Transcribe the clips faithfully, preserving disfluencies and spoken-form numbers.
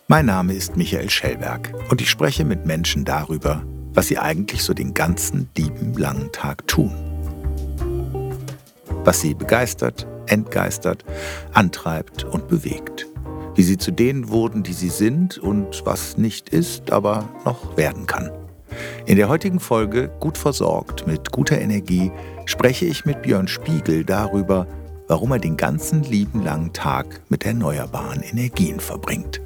Mein Name ist Michael Schellberg und ich spreche mit Menschen darüber, was sie eigentlich so den ganzen lieben langen Tag tun. Was sie begeistert, entgeistert, antreibt und bewegt. Wie sie zu denen wurden, die sie sind und was nicht ist, aber noch werden kann. In der heutigen Folge Gut versorgt mit guter Energie spreche ich mit Björn Spiegel darüber, warum er den ganzen lieben langen Tag mit erneuerbaren Energien verbringt.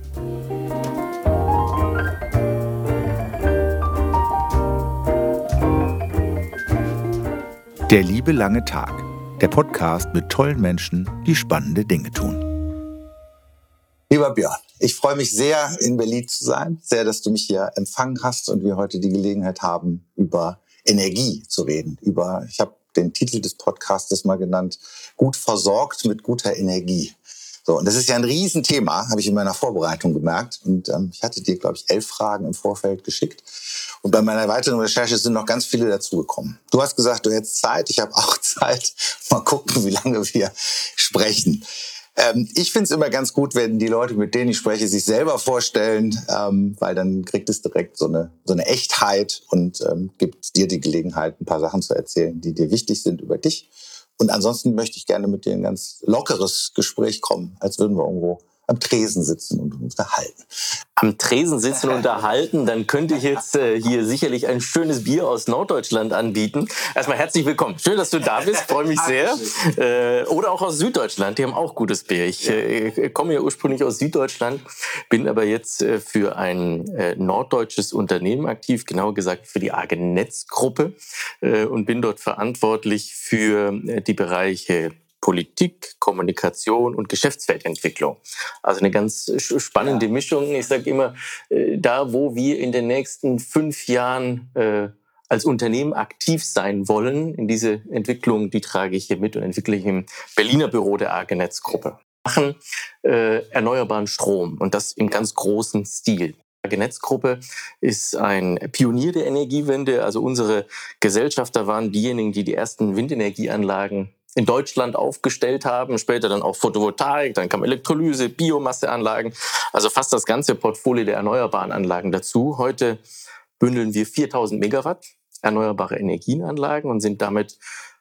Der liebe lange Tag, der Podcast mit tollen Menschen, die spannende Dinge tun. Lieber Björn, ich freue mich sehr, in Berlin zu sein, sehr, dass du mich hier empfangen hast und wir heute die Gelegenheit haben, über Energie zu reden. Über, ich habe den Titel des Podcastes mal genannt, Gut versorgt mit guter Energie. So, und das ist ja ein Riesenthema, habe ich in meiner Vorbereitung gemerkt. Und ähm, ich hatte dir, glaube ich, elf Fragen im Vorfeld geschickt. Und bei meiner weiteren Recherche sind noch ganz viele dazugekommen. Du hast gesagt, du hättest Zeit, ich habe auch Zeit. Mal gucken, wie lange wir sprechen. Ähm, ich finde es immer ganz gut, wenn die Leute, mit denen ich spreche, sich selber vorstellen, ähm, weil dann kriegt es direkt so eine, so eine Echtheit und ähm, gibt dir die Gelegenheit, ein paar Sachen zu erzählen, die dir wichtig sind über dich. Und ansonsten möchte ich gerne mit dir ein ganz lockeres Gespräch kommen, als würden wir irgendwo am Tresen sitzen und uns unterhalten. Am Tresen sitzen und unterhalten, dann könnte ich jetzt äh, hier sicherlich ein schönes Bier aus Norddeutschland anbieten. Erstmal herzlich willkommen. Schön, dass du da bist, freue mich sehr. Äh, oder auch aus Süddeutschland, die haben auch gutes Bier. Ich äh, komme ja ursprünglich aus Süddeutschland, bin aber jetzt äh, für ein äh, norddeutsches Unternehmen aktiv, genauer gesagt für die Argenetz-Gruppe äh, und bin dort verantwortlich für äh, die Bereiche Politik, Kommunikation und Geschäftsfeldentwicklung. Also eine ganz spannende ja. Mischung. Ich sage immer, da wo wir in den nächsten fünf Jahren äh, als Unternehmen aktiv sein wollen, in diese Entwicklung, die trage ich hier mit und entwickle ich im Berliner Büro der Argenetz-Gruppe. Wir machen äh, erneuerbaren Strom und das im ganz großen Stil. Die Argenetz-Gruppe ist ein Pionier der Energiewende. Also unsere Gesellschafter waren diejenigen, die die ersten Windenergieanlagen in Deutschland aufgestellt haben, später dann auch Photovoltaik, dann kam Elektrolyse, Biomasseanlagen, also fast das ganze Portfolio der erneuerbaren Anlagen dazu. Heute bündeln wir viertausend Megawatt erneuerbare Energienanlagen und sind damit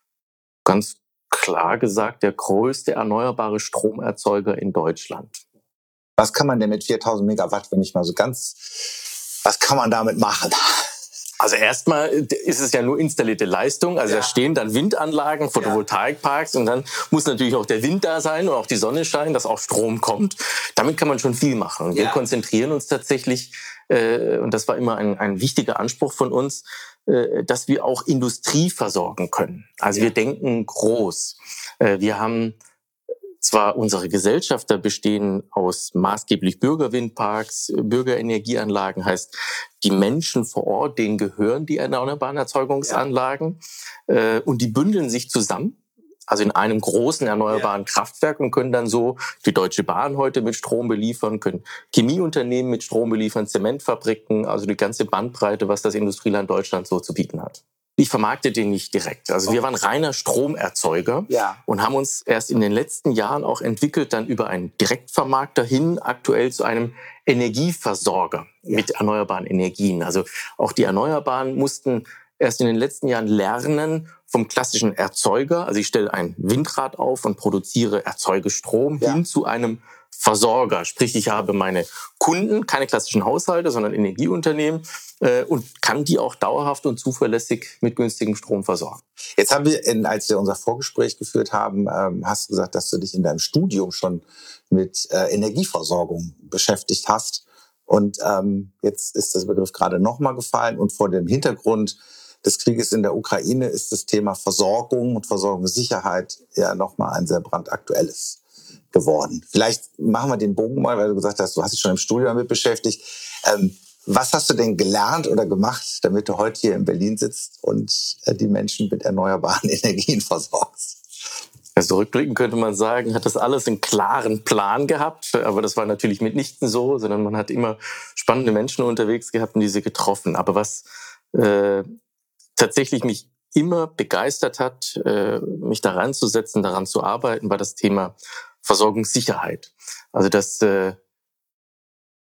ganz klar gesagt der größte erneuerbare Stromerzeuger in Deutschland. Was kann man denn mit viertausend Megawatt, wenn ich mal so ganz, was kann man damit machen? Also erstmal ist es ja nur installierte Leistung. Also ja. Da stehen dann Windanlagen, Photovoltaikparks und dann muss natürlich auch der Wind da sein und auch die Sonne scheinen, dass auch Strom kommt. Damit kann man schon viel machen. Und ja. wir konzentrieren uns tatsächlich, äh, und das war immer ein, ein wichtiger Anspruch von uns, äh, dass wir auch Industrie versorgen können. Also ja. wir denken groß. Äh, wir haben zwar unsere Gesellschafter bestehen aus maßgeblich Bürgerwindparks, Bürgerenergieanlagen, heißt die Menschen vor Ort, denen gehören die erneuerbaren Erzeugungsanlagen ja. äh, und die bündeln sich zusammen, also in einem großen erneuerbaren ja. Kraftwerk und können dann so die Deutsche Bahn heute mit Strom beliefern, können Chemieunternehmen mit Strom beliefern, Zementfabriken, also die ganze Bandbreite, was das Industrieland Deutschland so zu bieten hat. Ich vermarkte den nicht direkt. Also okay. wir waren reiner Stromerzeuger ja. und haben uns erst in den letzten Jahren auch entwickelt, dann über einen Direktvermarkter hin aktuell zu einem Energieversorger ja. mit erneuerbaren Energien. Also auch die Erneuerbaren mussten erst in den letzten Jahren lernen vom klassischen Erzeuger. Also ich stelle ein Windrad auf und produziere, erzeuge Strom ja. hin zu einem Versorger. Sprich, ich habe meine Kunden, keine klassischen Haushalte, sondern Energieunternehmen äh, und kann die auch dauerhaft und zuverlässig mit günstigem Strom versorgen. Jetzt haben wir, in, als wir unser Vorgespräch geführt haben, ähm, hast du gesagt, dass du dich in deinem Studium schon mit äh, Energieversorgung beschäftigt hast. Und ähm, jetzt ist das Begriff gerade nochmal gefallen. Und vor dem Hintergrund des Krieges in der Ukraine ist das Thema Versorgung und Versorgungssicherheit ja nochmal ein sehr brandaktuelles geworden. Vielleicht machen wir den Bogen mal, weil du gesagt hast, du hast dich schon im Studium damit beschäftigt. Ähm, was hast du denn gelernt oder gemacht, damit du heute hier in Berlin sitzt und äh, die Menschen mit erneuerbaren Energien versorgst? Also rückblickend könnte man sagen, hat das alles einen klaren Plan gehabt, aber das war natürlich mitnichten so, sondern man hat immer spannende Menschen unterwegs gehabt und diese getroffen. Aber was äh, tatsächlich mich immer begeistert hat, äh, mich daran zu setzen, daran zu arbeiten, war das Thema Versorgungssicherheit. Also dass äh,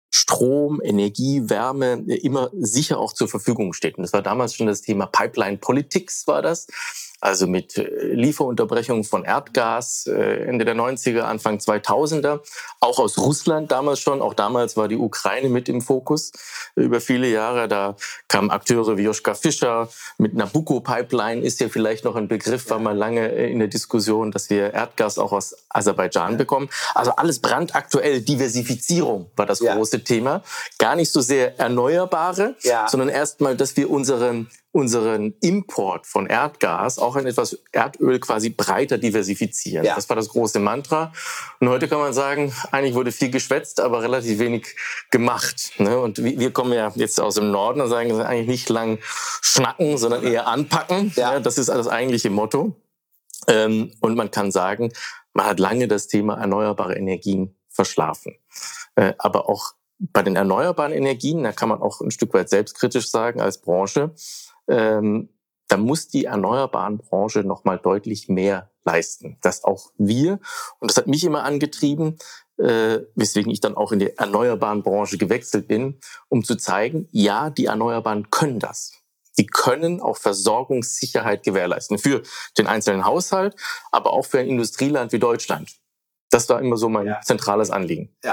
Strom, Energie, Wärme immer sicher auch zur Verfügung steht. Und das war damals schon das Thema Pipeline Politics war das. Also mit Lieferunterbrechungen von Erdgas Ende der neunziger, Anfang zweitausender. Auch aus Russland damals schon. Auch damals war die Ukraine mit im Fokus über viele Jahre. Da kamen Akteure wie Joschka Fischer mit Nabucco-Pipeline. Ist ja vielleicht noch ein Begriff, war mal lange in der Diskussion, dass wir Erdgas auch aus Aserbaidschan bekommen. Also alles brandaktuell. Diversifizierung war das ja. große Thema. Gar nicht so sehr Erneuerbare, ja. sondern erstmal, dass wir unseren unseren Import von Erdgas, auch in etwas Erdöl quasi breiter diversifizieren. Ja. Das war das große Mantra. Und heute kann man sagen, eigentlich wurde viel geschwätzt, aber relativ wenig gemacht. Und wir kommen ja jetzt aus dem Norden und sagen, eigentlich nicht lang schnacken, sondern eher anpacken. Ja. Das ist das eigentliche Motto. Und man kann sagen, man hat lange das Thema erneuerbare Energien verschlafen. Aber auch bei den erneuerbaren Energien, da kann man auch ein Stück weit selbstkritisch sagen als Branche, Ähm, da muss die erneuerbaren Branche noch mal deutlich mehr leisten. Dass auch wir, und das hat mich immer angetrieben, äh, weswegen ich dann auch in die erneuerbaren Branche gewechselt bin, um zu zeigen, ja, die Erneuerbaren können das. Die können auch Versorgungssicherheit gewährleisten für den einzelnen Haushalt, aber auch für ein Industrieland wie Deutschland. Das war immer so mein ja. zentrales Anliegen. Ja.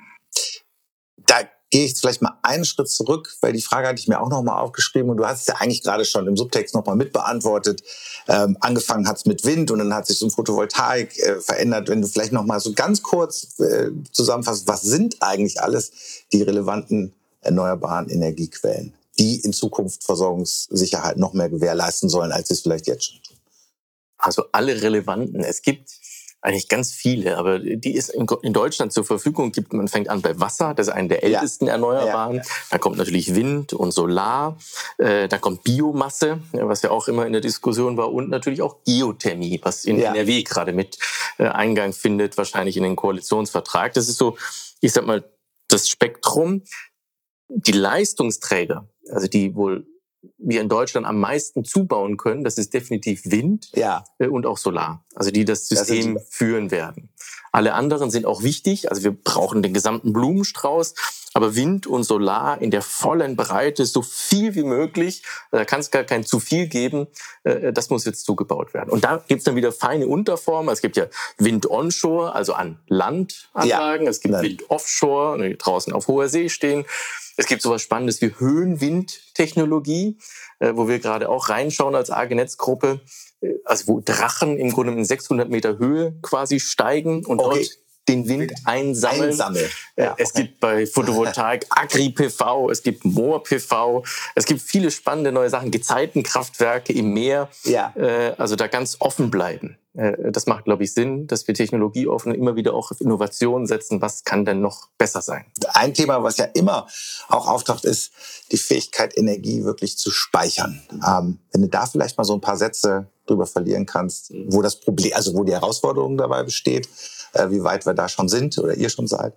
Da gehe ich jetzt vielleicht mal einen Schritt zurück, weil die Frage hatte ich mir auch noch mal aufgeschrieben und du hast es ja eigentlich gerade schon im Subtext noch mal mitbeantwortet. Ähm, angefangen hat es mit Wind und dann hat sich so ein Photovoltaik äh, verändert. Wenn du vielleicht noch mal so ganz kurz äh, zusammenfasst, was sind eigentlich alles die relevanten erneuerbaren Energiequellen, die in Zukunft Versorgungssicherheit noch mehr gewährleisten sollen, als sie es vielleicht jetzt schon tun? Also alle relevanten. Es gibt eigentlich ganz viele, aber die es in Deutschland zur Verfügung gibt. Man fängt an bei Wasser, das ist einer der ältesten ja. Erneuerbaren. Ja, ja. Dann kommt natürlich Wind und Solar. Äh, dann kommt Biomasse, was ja auch immer in der Diskussion war. Und natürlich auch Geothermie, was in ja. N R W gerade mit äh, Eingang findet, wahrscheinlich in den Koalitionsvertrag. Das ist so, ich sag mal, das Spektrum. Die Leistungsträger, also die wohl wir in Deutschland am meisten zubauen können, das ist definitiv Wind ja. und auch Solar, also die das System das führen werden. Alle anderen sind auch wichtig, also wir brauchen den gesamten Blumenstrauß, aber Wind und Solar in der vollen Breite, so viel wie möglich, da kann es gar kein zu viel geben, das muss jetzt zugebaut werden. Und da gibt es dann wieder feine Unterformen, es gibt ja Wind onshore, also an Landanlagen, ja. es gibt Nein. Wind offshore, die draußen auf hoher See stehen. Es gibt sowas Spannendes wie Höhenwindtechnologie, wo wir gerade auch reinschauen als A G Netz-Gruppe, also wo Drachen im Grunde in sechshundert Meter Höhe quasi steigen und okay. dort den Wind einsammeln. Einsammeln. Ja, es okay. gibt bei Photovoltaik Agri-P V, es gibt Moor-P V, es gibt viele spannende neue Sachen, Gezeitenkraftwerke im Meer, ja. äh, also da ganz offen bleiben. Äh, das macht, glaube ich, Sinn, dass wir technologieoffen immer wieder auch auf Innovation setzen. Was kann denn noch besser sein? Ein Thema, was ja immer auch auftaucht, ist die Fähigkeit, Energie wirklich zu speichern. Ähm, wenn du da vielleicht mal so ein paar Sätze drüber verlieren kannst, wo das Problem, also wo die Herausforderung dabei besteht, wie weit wir da schon sind oder ihr schon seid.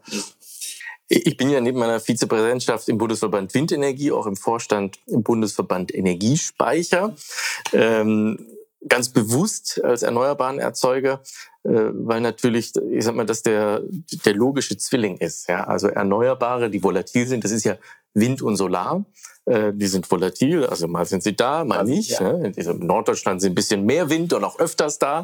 Ich bin ja neben meiner Vizepräsidentschaft im Bundesverband Windenergie auch im Vorstand im Bundesverband Energiespeicher. Ähm, ganz bewusst als erneuerbaren Erzeuger, äh, weil natürlich, ich sag mal, dass der, der logische Zwilling ist. Ja? Also Erneuerbare, die volatil sind, das ist ja Wind und Solar. Die sind volatil, also mal sind sie da, mal also, nicht. Ja. Ne? In Norddeutschland sind ein bisschen mehr Wind und auch öfters da.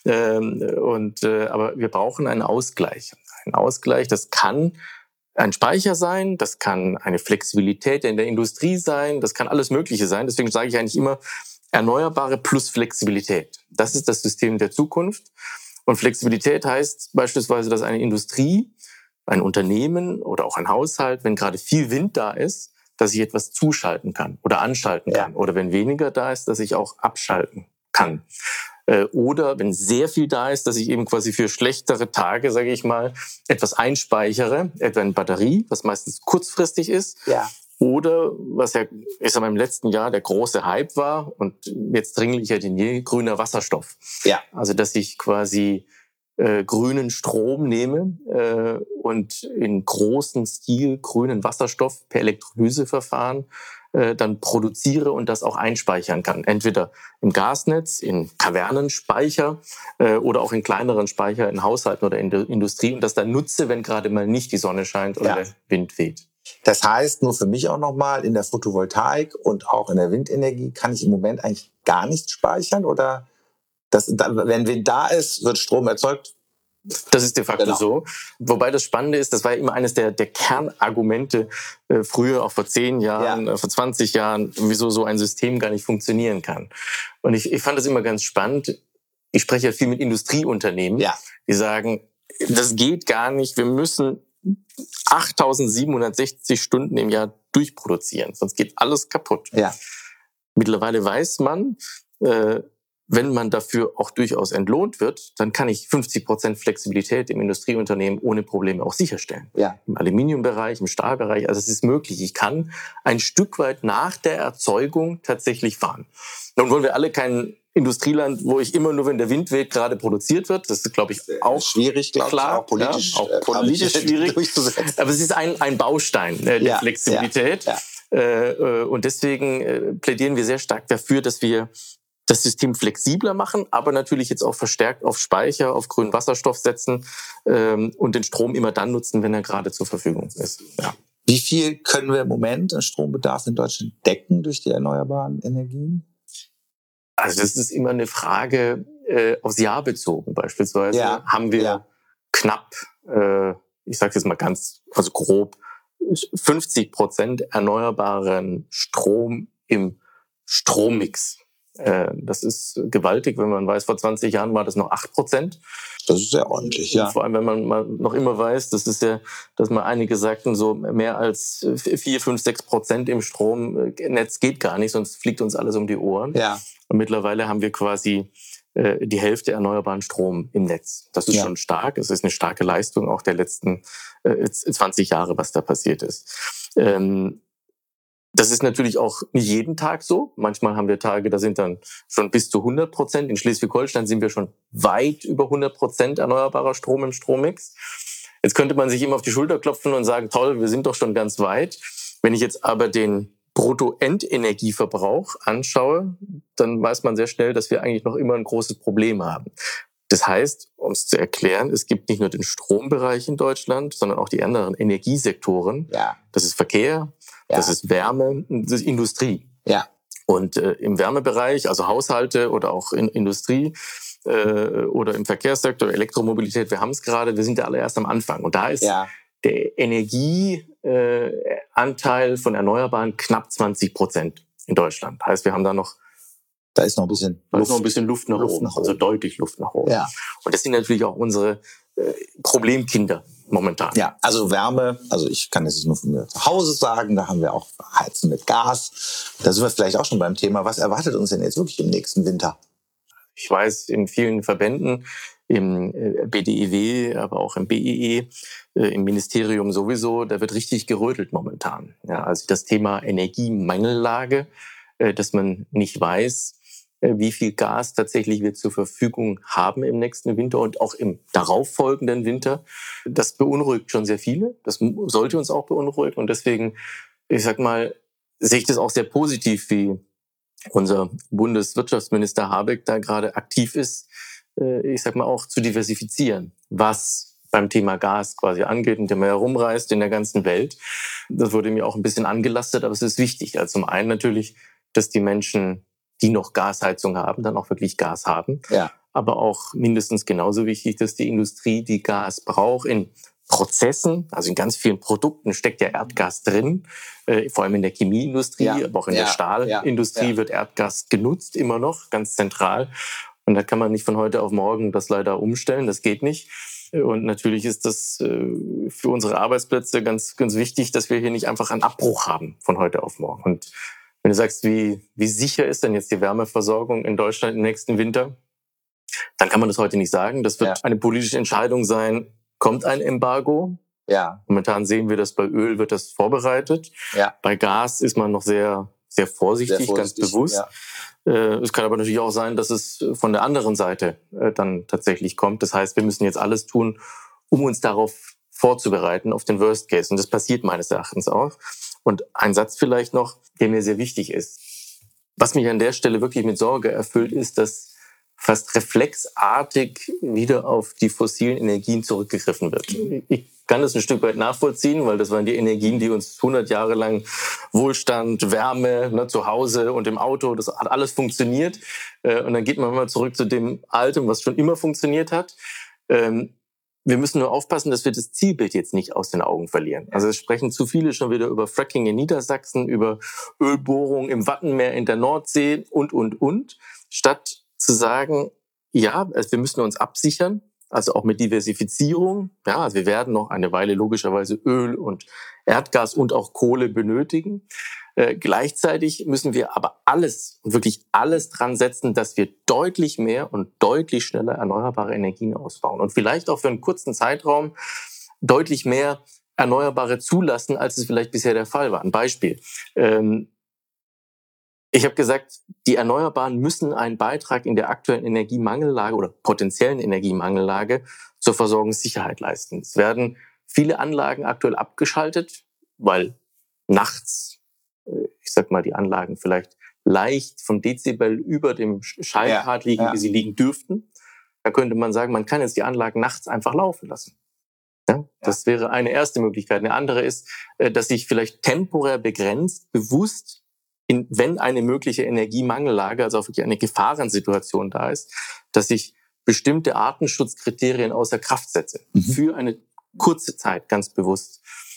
Und, aber wir brauchen einen Ausgleich. Ein Ausgleich, das kann ein Speicher sein, das kann eine Flexibilität in der Industrie sein, das kann alles Mögliche sein. Deswegen sage ich eigentlich immer Erneuerbare plus Flexibilität. Das ist das System der Zukunft. Und Flexibilität heißt beispielsweise, dass eine Industrie, ein Unternehmen oder auch ein Haushalt, wenn gerade viel Wind da ist, dass ich etwas zuschalten kann oder anschalten kann. Ja. Oder wenn weniger da ist, dass ich auch abschalten kann. Oder wenn sehr viel da ist, dass ich eben quasi für schlechtere Tage, sage ich mal, etwas einspeichere, etwa eine Batterie, was meistens kurzfristig ist. Ja. Oder, was ja ich sag mal, im letzten Jahr der große Hype war und jetzt dringlicher denn je, grüner Wasserstoff. Ja. Also dass ich quasi Äh, grünen Strom nehme äh, und in großem Stil grünen Wasserstoff per Elektrolyseverfahren äh, dann produziere und das auch einspeichern kann. Entweder im Gasnetz, in Kavernenspeicher äh, oder auch in kleineren Speicher in Haushalten oder in der Industrie und das dann nutze, wenn gerade mal nicht die Sonne scheint oder Ja. der Wind weht. Das heißt, nur für mich auch nochmal, in der Photovoltaik und auch in der Windenergie kann ich im Moment eigentlich gar nichts speichern? Oder das, wenn Wind da ist, wird Strom erzeugt? Das ist de facto Genau. so. Wobei das Spannende ist, das war ja immer eines der, der Kernargumente äh, früher, auch vor zehn Jahren, Ja. äh, vor zwanzig Jahren, wieso so ein System gar nicht funktionieren kann. Und ich, ich fand das immer ganz spannend. Ich spreche ja viel mit Industrieunternehmen, Ja. die sagen, das geht gar nicht, wir müssen achttausendsiebenhundertsechzig Stunden im Jahr durchproduzieren, sonst geht alles kaputt. Ja. Mittlerweile weiß man, äh, wenn man dafür auch durchaus entlohnt wird, dann kann ich fünfzig Prozent Flexibilität im Industrieunternehmen ohne Probleme auch sicherstellen. Ja. Im Aluminiumbereich, im Stahlbereich, also es ist möglich. Ich kann ein Stück weit nach der Erzeugung tatsächlich fahren. Nun wollen wir alle kein Industrieland, wo ich immer nur, wenn der Wind weht, gerade produziert wird. Das ist, glaube ich, auch schwierig, glaube ich, klar, auch politisch, ja, auch äh, politisch ich, schwierig. durchzusetzen. Aber es ist ein, ein Baustein äh, der Ja, Flexibilität. ja, Äh, und deswegen äh, plädieren wir sehr stark dafür, dass wir das System flexibler machen, aber natürlich jetzt auch verstärkt auf Speicher, auf grünen Wasserstoff setzen ähm, und den Strom immer dann nutzen, wenn er gerade zur Verfügung ist. Ja. Wie viel können wir im Moment an Strombedarf in Deutschland decken durch die erneuerbaren Energien? Also das ist immer eine Frage äh, aufs Jahr bezogen. Beispielsweise Ja, haben wir ja. knapp, äh, ich sage jetzt mal ganz, also grob, fünfzig Prozent erneuerbaren Strom im Strommix. Äh, das ist gewaltig, wenn man weiß, vor zwanzig Jahren war das noch acht Prozent. Das ist sehr ordentlich, ja. Vor allem, wenn man mal noch immer weiß, das ist ja, dass mal einige sagten, so mehr als vier, fünf, sechs Prozent im Stromnetz geht gar nicht, sonst fliegt uns alles um die Ohren. Ja. Und mittlerweile haben wir quasi äh, die Hälfte erneuerbaren Strom im Netz. Das ist Ja. schon stark. Es ist eine starke Leistung auch der letzten äh, zwanzig Jahre, was da passiert ist. Ähm, Das ist natürlich auch nicht jeden Tag so. Manchmal haben wir Tage, da sind dann schon bis zu hundert Prozent. In Schleswig-Holstein sind wir schon weit über hundert Prozent erneuerbarer Strom im Strommix. Jetzt könnte man sich immer auf die Schulter klopfen und sagen, toll, wir sind doch schon ganz weit. Wenn ich jetzt aber den Bruttoendenergieverbrauch anschaue, dann weiß man sehr schnell, dass wir eigentlich noch immer ein großes Problem haben. Das heißt, um es zu erklären, es gibt nicht nur den Strombereich in Deutschland, sondern auch die anderen Energiesektoren. Ja. Das ist Verkehr, Ja. das ist Wärme, das ist Industrie. Ja. Und äh, im Wärmebereich, also Haushalte oder auch in Industrie äh, oder im Verkehrssektor, Elektromobilität, wir haben es gerade, wir sind ja alle erst am Anfang. Und da ist Ja. der Energieanteil äh, von Erneuerbaren knapp zwanzig Prozent in Deutschland. Heißt, wir haben da noch Da ist noch ein bisschen Da Luft. ist noch ein bisschen Luft nach Luft oben, nach also oben. deutlich Luft nach oben. Ja. Und das sind natürlich auch unsere äh, Problemkinder momentan. Ja, also Wärme, also ich kann das jetzt nur von mir zu Hause sagen, da haben wir auch Heizen mit Gas. Da sind wir vielleicht auch schon beim Thema, was erwartet uns denn jetzt wirklich im nächsten Winter? Ich weiß, in vielen Verbänden, im äh, B D E W, aber auch im B E E, äh, im Ministerium sowieso, da wird richtig gerödelt momentan. Ja, also das Thema Energiemangellage, äh, dass man nicht weiß, äh, wie viel Gas tatsächlich wir zur Verfügung haben im nächsten Winter und auch im darauffolgenden Winter. Das beunruhigt schon sehr viele. Das m- sollte uns auch beunruhigen. Und deswegen, ich sag mal, sehe ich das auch sehr positiv, wie unser Bundeswirtschaftsminister Habeck da gerade aktiv ist, äh, ich sag mal auch zu diversifizieren, was beim Thema Gas quasi angeht und der mehr herumreist in der ganzen Welt. Das wurde mir auch ein bisschen angelastet, aber es ist wichtig. Also zum einen natürlich, dass die Menschen, die noch Gasheizung haben, dann auch wirklich Gas haben. Ja. Aber auch mindestens genauso wichtig, dass die Industrie, die Gas braucht, in Prozessen, also in ganz vielen Produkten steckt ja Erdgas drin, äh, vor allem in der Chemieindustrie, Ja, aber auch in ja, der Stahlindustrie ja, ja. wird Erdgas genutzt, immer noch, ganz zentral. Und da kann man nicht von heute auf morgen das leider umstellen, das geht nicht. Und natürlich ist das äh, für unsere Arbeitsplätze ganz, ganz wichtig, dass wir hier nicht einfach einen Abbruch haben von heute auf morgen. Und wenn du sagst, wie, wie sicher ist denn jetzt die Wärmeversorgung in Deutschland im nächsten Winter, dann kann man das heute nicht sagen. Das wird Ja. eine politische Entscheidung sein. Kommt ein Embargo? Ja. Momentan sehen wir, dass bei Öl wird das vorbereitet. Ja. Bei Gas ist man noch sehr, sehr vorsichtig, Sehr vorsichtig, ganz bewusst. ja. Äh, Es kann aber natürlich auch sein, dass es von der anderen Seite äh, dann tatsächlich kommt. Das heißt, wir müssen jetzt alles tun, um uns darauf vorzubereiten, auf den Worst Case. Und das passiert meines Erachtens auch. Und ein Satz vielleicht noch, der mir sehr wichtig ist. Was mich an der Stelle wirklich mit Sorge erfüllt, ist, dass fast reflexartig wieder auf die fossilen Energien zurückgegriffen wird. Ich kann das ein Stück weit nachvollziehen, weil das waren die Energien, die uns hundert Jahre lang Wohlstand, Wärme, ne, zu Hause und im Auto, das hat alles funktioniert. Und dann geht man mal zurück zu dem Alten, was schon immer funktioniert hat. Wir müssen nur aufpassen, dass wir das Zielbild jetzt nicht aus den Augen verlieren. Also es sprechen zu viele schon wieder über Fracking in Niedersachsen, über Ölbohrung im Wattenmeer in der Nordsee und, und, und. Statt zu sagen, ja, also wir müssen uns absichern, also auch mit Diversifizierung. Ja, also wir werden noch eine Weile logischerweise Öl und Erdgas und auch Kohle benötigen. Äh, gleichzeitig müssen wir aber alles, wirklich alles dran setzen, dass wir deutlich mehr und deutlich schneller erneuerbare Energien ausbauen. Und vielleicht auch für einen kurzen Zeitraum deutlich mehr Erneuerbare zulassen, als es vielleicht bisher der Fall war. Ein Beispiel. Ähm, ich habe gesagt, die Erneuerbaren müssen einen Beitrag in der aktuellen Energiemangellage oder potenziellen Energiemangellage zur Versorgungssicherheit leisten. Es werden viele Anlagen aktuell abgeschaltet, weil nachts, ich sag mal, die Anlagen vielleicht leicht vom Dezibel über dem Schallgrad liegen, ja, ja. wie sie liegen dürften. Da könnte man sagen, man kann jetzt die Anlagen nachts einfach laufen lassen. Ja, das ja. wäre eine erste Möglichkeit. Eine andere ist, dass sich vielleicht temporär begrenzt, bewusst, in, wenn eine mögliche Energiemangellage, also auch wirklich eine Gefahrensituation da ist, dass ich bestimmte Artenschutzkriterien außer Kraft setze. Mhm. Für eine kurze Zeit, ganz bewusst.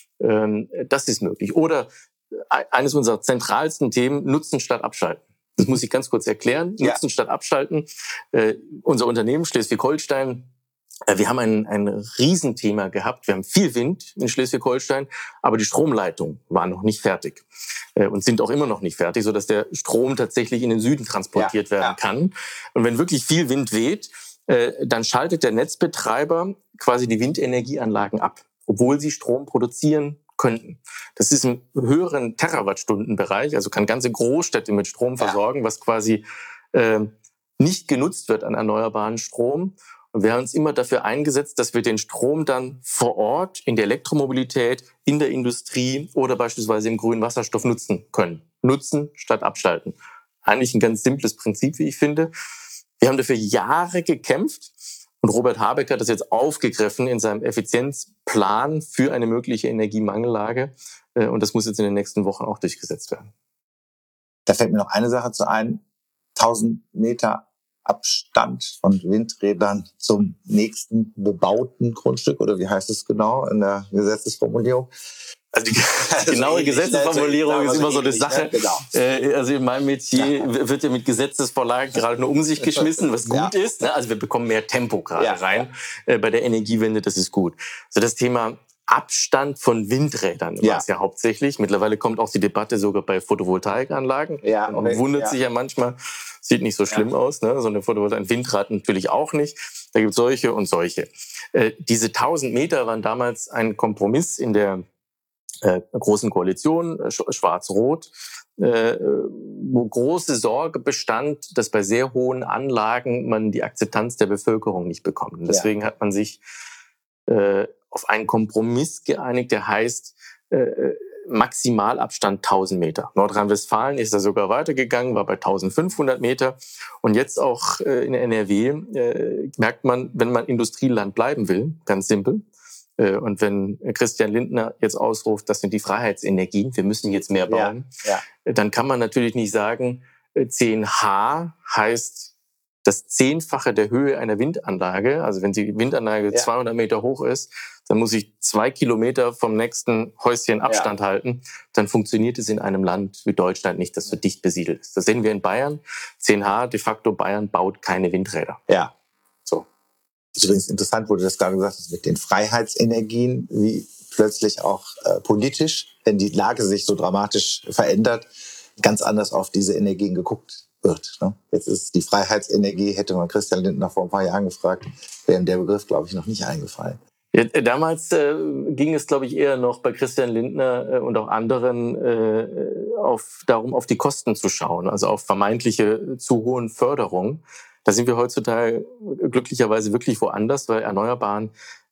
Das ist möglich. Oder eines unserer zentralsten Themen, Nutzen statt Abschalten. Das muss ich ganz kurz erklären. Ja. Nutzen statt Abschalten. Äh, unser Unternehmen Schleswig-Holstein, äh, wir haben ein, ein Riesenthema gehabt. Wir haben viel Wind in Schleswig-Holstein, aber die Stromleitungen waren noch nicht fertig äh, und sind auch immer noch nicht fertig, sodass der Strom tatsächlich in den Süden transportiert ja. werden ja. kann. Und wenn wirklich viel Wind weht, äh, dann schaltet der Netzbetreiber quasi die Windenergieanlagen ab, obwohl sie Strom produzieren könnten. Das ist im höheren Terawattstundenbereich, also kann ganze Großstädte mit Strom versorgen, ja. was quasi äh, nicht genutzt wird an erneuerbaren Strom. Und wir haben uns immer dafür eingesetzt, dass wir den Strom dann vor Ort in der Elektromobilität, in der Industrie oder beispielsweise im grünen Wasserstoff nutzen können. Nutzen statt abschalten. Eigentlich ein ganz simples Prinzip, wie ich finde. Wir haben dafür Jahre gekämpft. Und Robert Habeck hat das jetzt aufgegriffen in seinem Effizienzplan für eine mögliche Energiemangellage. Und das muss jetzt in den nächsten Wochen auch durchgesetzt werden. Da fällt mir noch eine Sache zu ein. tausend Meter Abstand von Windrädern zum nächsten bebauten Grundstück. Oder wie heißt es genau in der Gesetzesformulierung? Also die also genaue ähnlich, Gesetzesformulierung also ist immer so eine Sache. Ne? Genau. Äh, also in meinem Metier ja. wird ja mit Gesetzesvorlagen gerade nur um sich geschmissen, was gut ja. ist. Ne? Also wir bekommen mehr Tempo gerade ja. rein äh, bei der Energiewende, das ist gut. So das Thema Abstand von Windrädern ja. war es ja hauptsächlich. Mittlerweile kommt auch die Debatte sogar bei Photovoltaikanlagen. Ja, Man okay. wundert ja. sich ja manchmal, sieht nicht so schlimm ja. aus, ne? So eine Photovoltaik, ein Windrad natürlich auch nicht. Da gibt es solche und solche. Äh, diese tausend Meter waren damals ein Kompromiss in der Äh, großen Koalition, äh, Schwarz-Rot, äh, wo große Sorge bestand, dass bei sehr hohen Anlagen man die Akzeptanz der Bevölkerung nicht bekommt. Und deswegen ja. hat man sich äh, auf einen Kompromiss geeinigt, der heißt äh, Maximalabstand tausend Meter. Nordrhein-Westfalen ist da sogar weitergegangen, war bei eintausendfünfhundert Meter. Und jetzt auch äh, in N R W äh, merkt man, wenn man Industrieland bleiben will, ganz simpel, und wenn Christian Lindner jetzt ausruft, das sind die Freiheitsenergien, wir müssen jetzt mehr bauen, ja, ja. dann kann man natürlich nicht sagen, zehn H heißt das Zehnfache der Höhe einer Windanlage. Also wenn die Windanlage ja. zweihundert Meter hoch ist, dann muss ich zwei Kilometer vom nächsten Häuschen Abstand ja. halten. Dann funktioniert es in einem Land wie Deutschland nicht, das so dicht besiedelt ist. Das sehen wir in Bayern. zehn H, de facto Bayern baut keine Windräder. Ja. So. Das ist übrigens interessant, wo du das gerade gesagt hast, mit den Freiheitsenergien, wie plötzlich auch äh, politisch, wenn die Lage sich so dramatisch verändert, ganz anders auf diese Energien geguckt wird. Ne? Jetzt ist die Freiheitsenergie, hätte man Christian Lindner vor ein paar Jahren gefragt, wäre ihm der Begriff, glaube ich, noch nicht eingefallen. Ja, damals äh, ging es, glaube ich, eher noch bei Christian Lindner äh, und auch anderen äh, auf, darum, auf die Kosten zu schauen, also auf vermeintliche zu hohen Förderungen. Da sind wir heutzutage glücklicherweise wirklich woanders, weil Erneuerbaren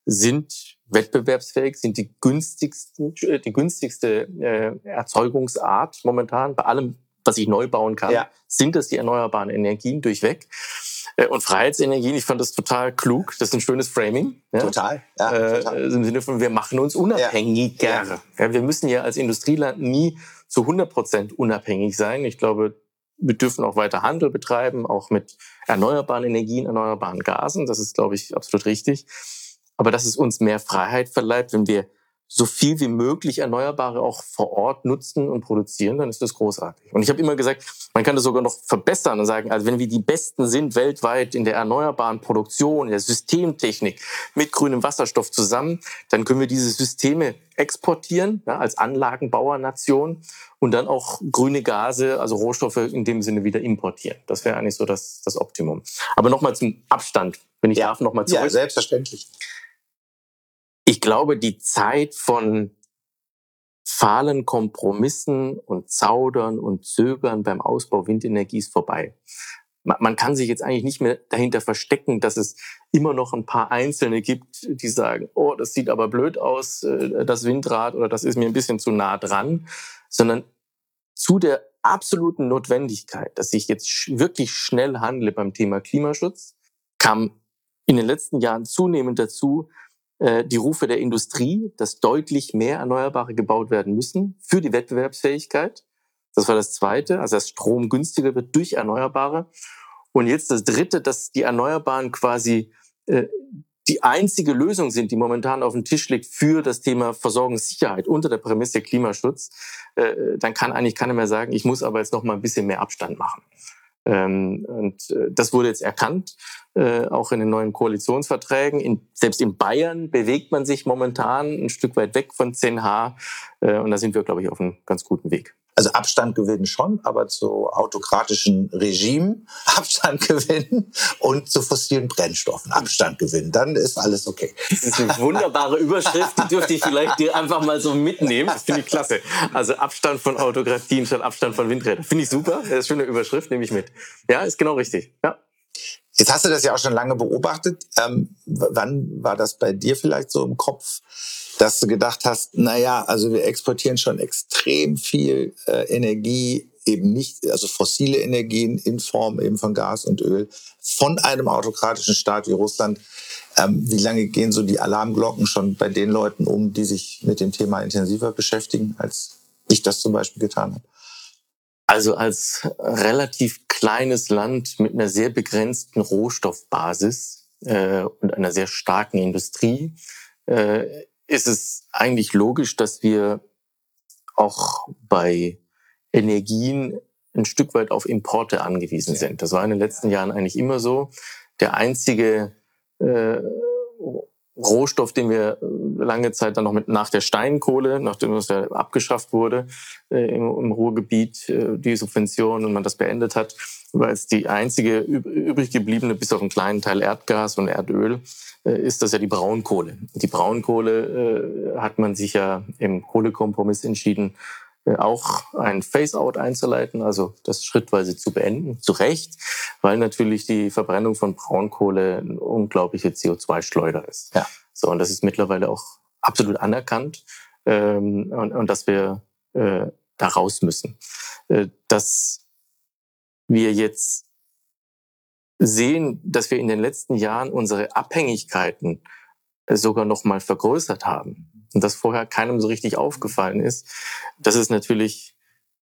sind wettbewerbsfähig, sind die günstigsten, die günstigste äh, Erzeugungsart momentan. Bei allem, was ich neu bauen kann, ja. sind es die erneuerbaren Energien durchweg. Äh, und Freiheitsenergien, ich fand das total klug. Das ist ein schönes Framing. Ja? Total. Ja, äh, total. Im Sinne von, wir machen uns unabhängiger. Ja. Ja. Ja, wir müssen ja als Industrieland nie zu hundert Prozent unabhängig sein. Ich glaube, wir dürfen auch weiter Handel betreiben, auch mit erneuerbaren Energien, erneuerbaren Gasen. Das ist, glaube ich, absolut richtig. Aber dass es uns mehr Freiheit verleiht, wenn wir so viel wie möglich Erneuerbare auch vor Ort nutzen und produzieren, dann ist das großartig. Und ich habe immer gesagt, man kann das sogar noch verbessern und sagen, also wenn wir die Besten sind weltweit in der erneuerbaren Produktion, in der Systemtechnik mit grünem Wasserstoff zusammen, dann können wir diese Systeme exportieren, ja, als Anlagenbauernation und dann auch grüne Gase, also Rohstoffe in dem Sinne wieder importieren. Das wäre eigentlich so das, das Optimum. Aber nochmal zum Abstand, wenn ich ja. darf, nochmal zurück. Ja, selbstverständlich. Ich glaube, die Zeit von fahlen Kompromissen und Zaudern und Zögern beim Ausbau Windenergie ist vorbei. Man kann sich jetzt eigentlich nicht mehr dahinter verstecken, dass es immer noch ein paar Einzelne gibt, die sagen, oh, das sieht aber blöd aus, das Windrad, oder das ist mir ein bisschen zu nah dran, sondern zu der absoluten Notwendigkeit, dass ich jetzt wirklich schnell handle beim Thema Klimaschutz, kam in den letzten Jahren zunehmend dazu, die Rufe der Industrie, dass deutlich mehr Erneuerbare gebaut werden müssen für die Wettbewerbsfähigkeit. Das war das Zweite, also dass Strom günstiger wird durch Erneuerbare. Und jetzt das Dritte, dass die Erneuerbaren quasi äh, die einzige Lösung sind, die momentan auf dem Tisch liegt für das Thema Versorgungssicherheit unter der Prämisse Klimaschutz. Äh, dann kann eigentlich keiner mehr sagen, ich muss aber jetzt noch mal ein bisschen mehr Abstand machen. Ähm, und äh, das wurde jetzt erkannt, äh, auch in den neuen Koalitionsverträgen. In, selbst in Bayern bewegt man sich momentan ein Stück weit weg von zehn H. Äh, und da sind wir, glaube ich, auf einem ganz guten Weg. Also Abstand gewinnen schon, aber zu autokratischen Regimen Abstand gewinnen und zu fossilen Brennstoffen Abstand gewinnen. Dann ist alles okay. Das ist eine wunderbare Überschrift, die dürfte ich vielleicht dir einfach mal so mitnehmen. Das finde ich klasse. Also Abstand von Autokratien statt Abstand von Windrädern. Finde ich super. Das ist eine schöne Überschrift, nehme ich mit. Ja, ist genau richtig. Ja. Jetzt hast du das ja auch schon lange beobachtet. Ähm, wann war das bei dir vielleicht so im Kopf, dass du gedacht hast, na ja, also wir exportieren schon extrem viel äh, Energie, eben nicht, also fossile Energien in Form eben von Gas und Öl von einem autokratischen Staat wie Russland. Ähm, wie lange gehen so die Alarmglocken schon bei den Leuten um, die sich mit dem Thema intensiver beschäftigen, als ich das zum Beispiel getan habe? Also als relativ kleines Land mit einer sehr begrenzten Rohstoffbasis äh, und einer sehr starken Industrie äh, ist es eigentlich logisch, dass wir auch bei Energien ein Stück weit auf Importe angewiesen sind. Das war in den letzten Jahren eigentlich immer so. Der einzige äh, Rohstoff, den wir lange Zeit dann noch mit nach der Steinkohle, nachdem es ja abgeschafft wurde äh, im, im Ruhrgebiet, äh, die Subvention und man das beendet hat, war jetzt die einzige übrig gebliebene, bis auf einen kleinen Teil Erdgas und Erdöl, äh, ist das ja die Braunkohle. Die Braunkohle äh, hat man sich ja im Kohlekompromiss entschieden, äh, auch ein Phase-out einzuleiten, also das schrittweise zu beenden, zu Recht, weil natürlich die Verbrennung von Braunkohle eine unglaubliche C O zwei Schleuder ist. Ja. So, und das ist mittlerweile auch absolut anerkannt, ähm, und, und dass wir äh, da raus müssen. Äh, dass wir jetzt sehen, dass wir in den letzten Jahren unsere Abhängigkeiten sogar noch mal vergrößert haben und das vorher keinem so richtig aufgefallen ist, das ist natürlich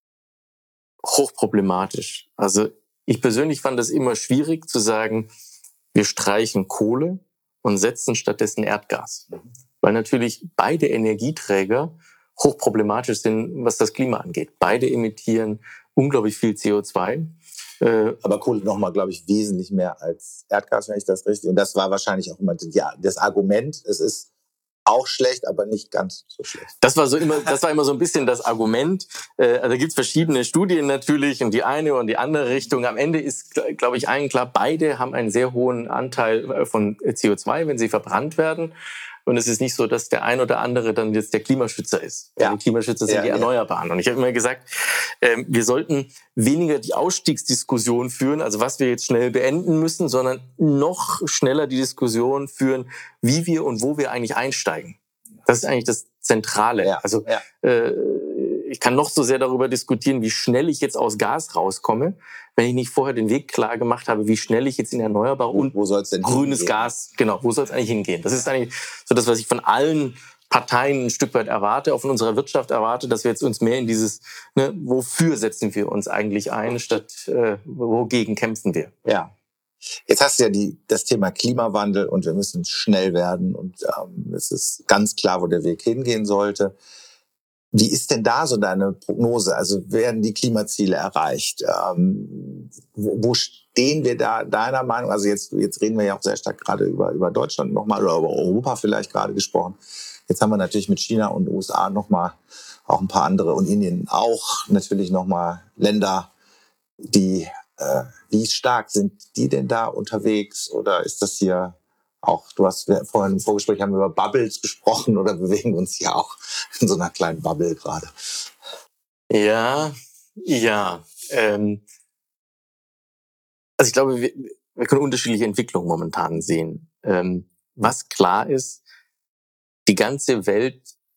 hochproblematisch. Also ich persönlich fand es immer schwierig zu sagen, wir streichen Kohle und setzen stattdessen Erdgas, weil natürlich beide Energieträger hochproblematisch sind, was das Klima angeht. Beide emittieren unglaublich viel C O zwei. Aber Kohle nochmal, glaube ich, wesentlich mehr als Erdgas, wenn ich das richtig... Und das war wahrscheinlich auch immer ja, das Argument. Es ist auch schlecht, aber nicht ganz so schlecht. Das war so immer, das war immer so ein bisschen das Argument. Äh, also da gibt's verschiedene Studien natürlich und die eine und die andere Richtung. Am Ende ist, glaube ich, allen klar, beide haben einen sehr hohen Anteil von C O zwei, wenn sie verbrannt werden. Und es ist nicht so, dass der ein oder andere dann jetzt der Klimaschützer ist. Ja. Die Klimaschützer sind Ja, die ja. Erneuerbaren. Und ich habe immer gesagt, ähm, wir sollten weniger die Ausstiegsdiskussion führen, also was wir jetzt schnell beenden müssen, sondern noch schneller die Diskussion führen, wie wir und wo wir eigentlich einsteigen. Das ist eigentlich das Zentrale. Ja. Also Ja. äh, ich kann noch so sehr darüber diskutieren, wie schnell ich jetzt aus Gas rauskomme, wenn ich nicht vorher den Weg klar gemacht habe, wie schnell ich jetzt in erneuerbare Wo, und wo soll es denn grünes hingehen? Gas, genau, wo soll es eigentlich hingehen? Das ist eigentlich so das, was ich von allen Parteien ein Stück weit erwarte, auch von unserer Wirtschaft erwarte, dass wir jetzt uns mehr in dieses, ne, wofür setzen wir uns eigentlich ein, statt äh, wogegen kämpfen wir. Ja. Jetzt hast du ja die, das Thema Klimawandel und wir müssen schnell werden und ähm, es ist ganz klar, wo der Weg hingehen sollte. Wie ist denn da so deine Prognose? Also werden die Klimaziele erreicht? Ähm, wo, wo stehen wir da deiner Meinung? Also jetzt, jetzt reden wir ja auch sehr stark gerade über, über Deutschland nochmal oder über Europa vielleicht gerade gesprochen. Jetzt haben wir natürlich mit China und U S A nochmal auch ein paar andere und Indien auch natürlich nochmal Länder, die, äh, wie stark sind die denn da unterwegs? Oder ist das hier auch, du hast vorhin im Vorgespräch haben wir über Bubbles gesprochen oder bewegen wir uns hier auch in so einer kleinen Bubble gerade? Ja, ja. Ähm, also ich glaube, wir, wir können unterschiedliche Entwicklungen momentan sehen. Ähm, was klar ist, die ganze Welt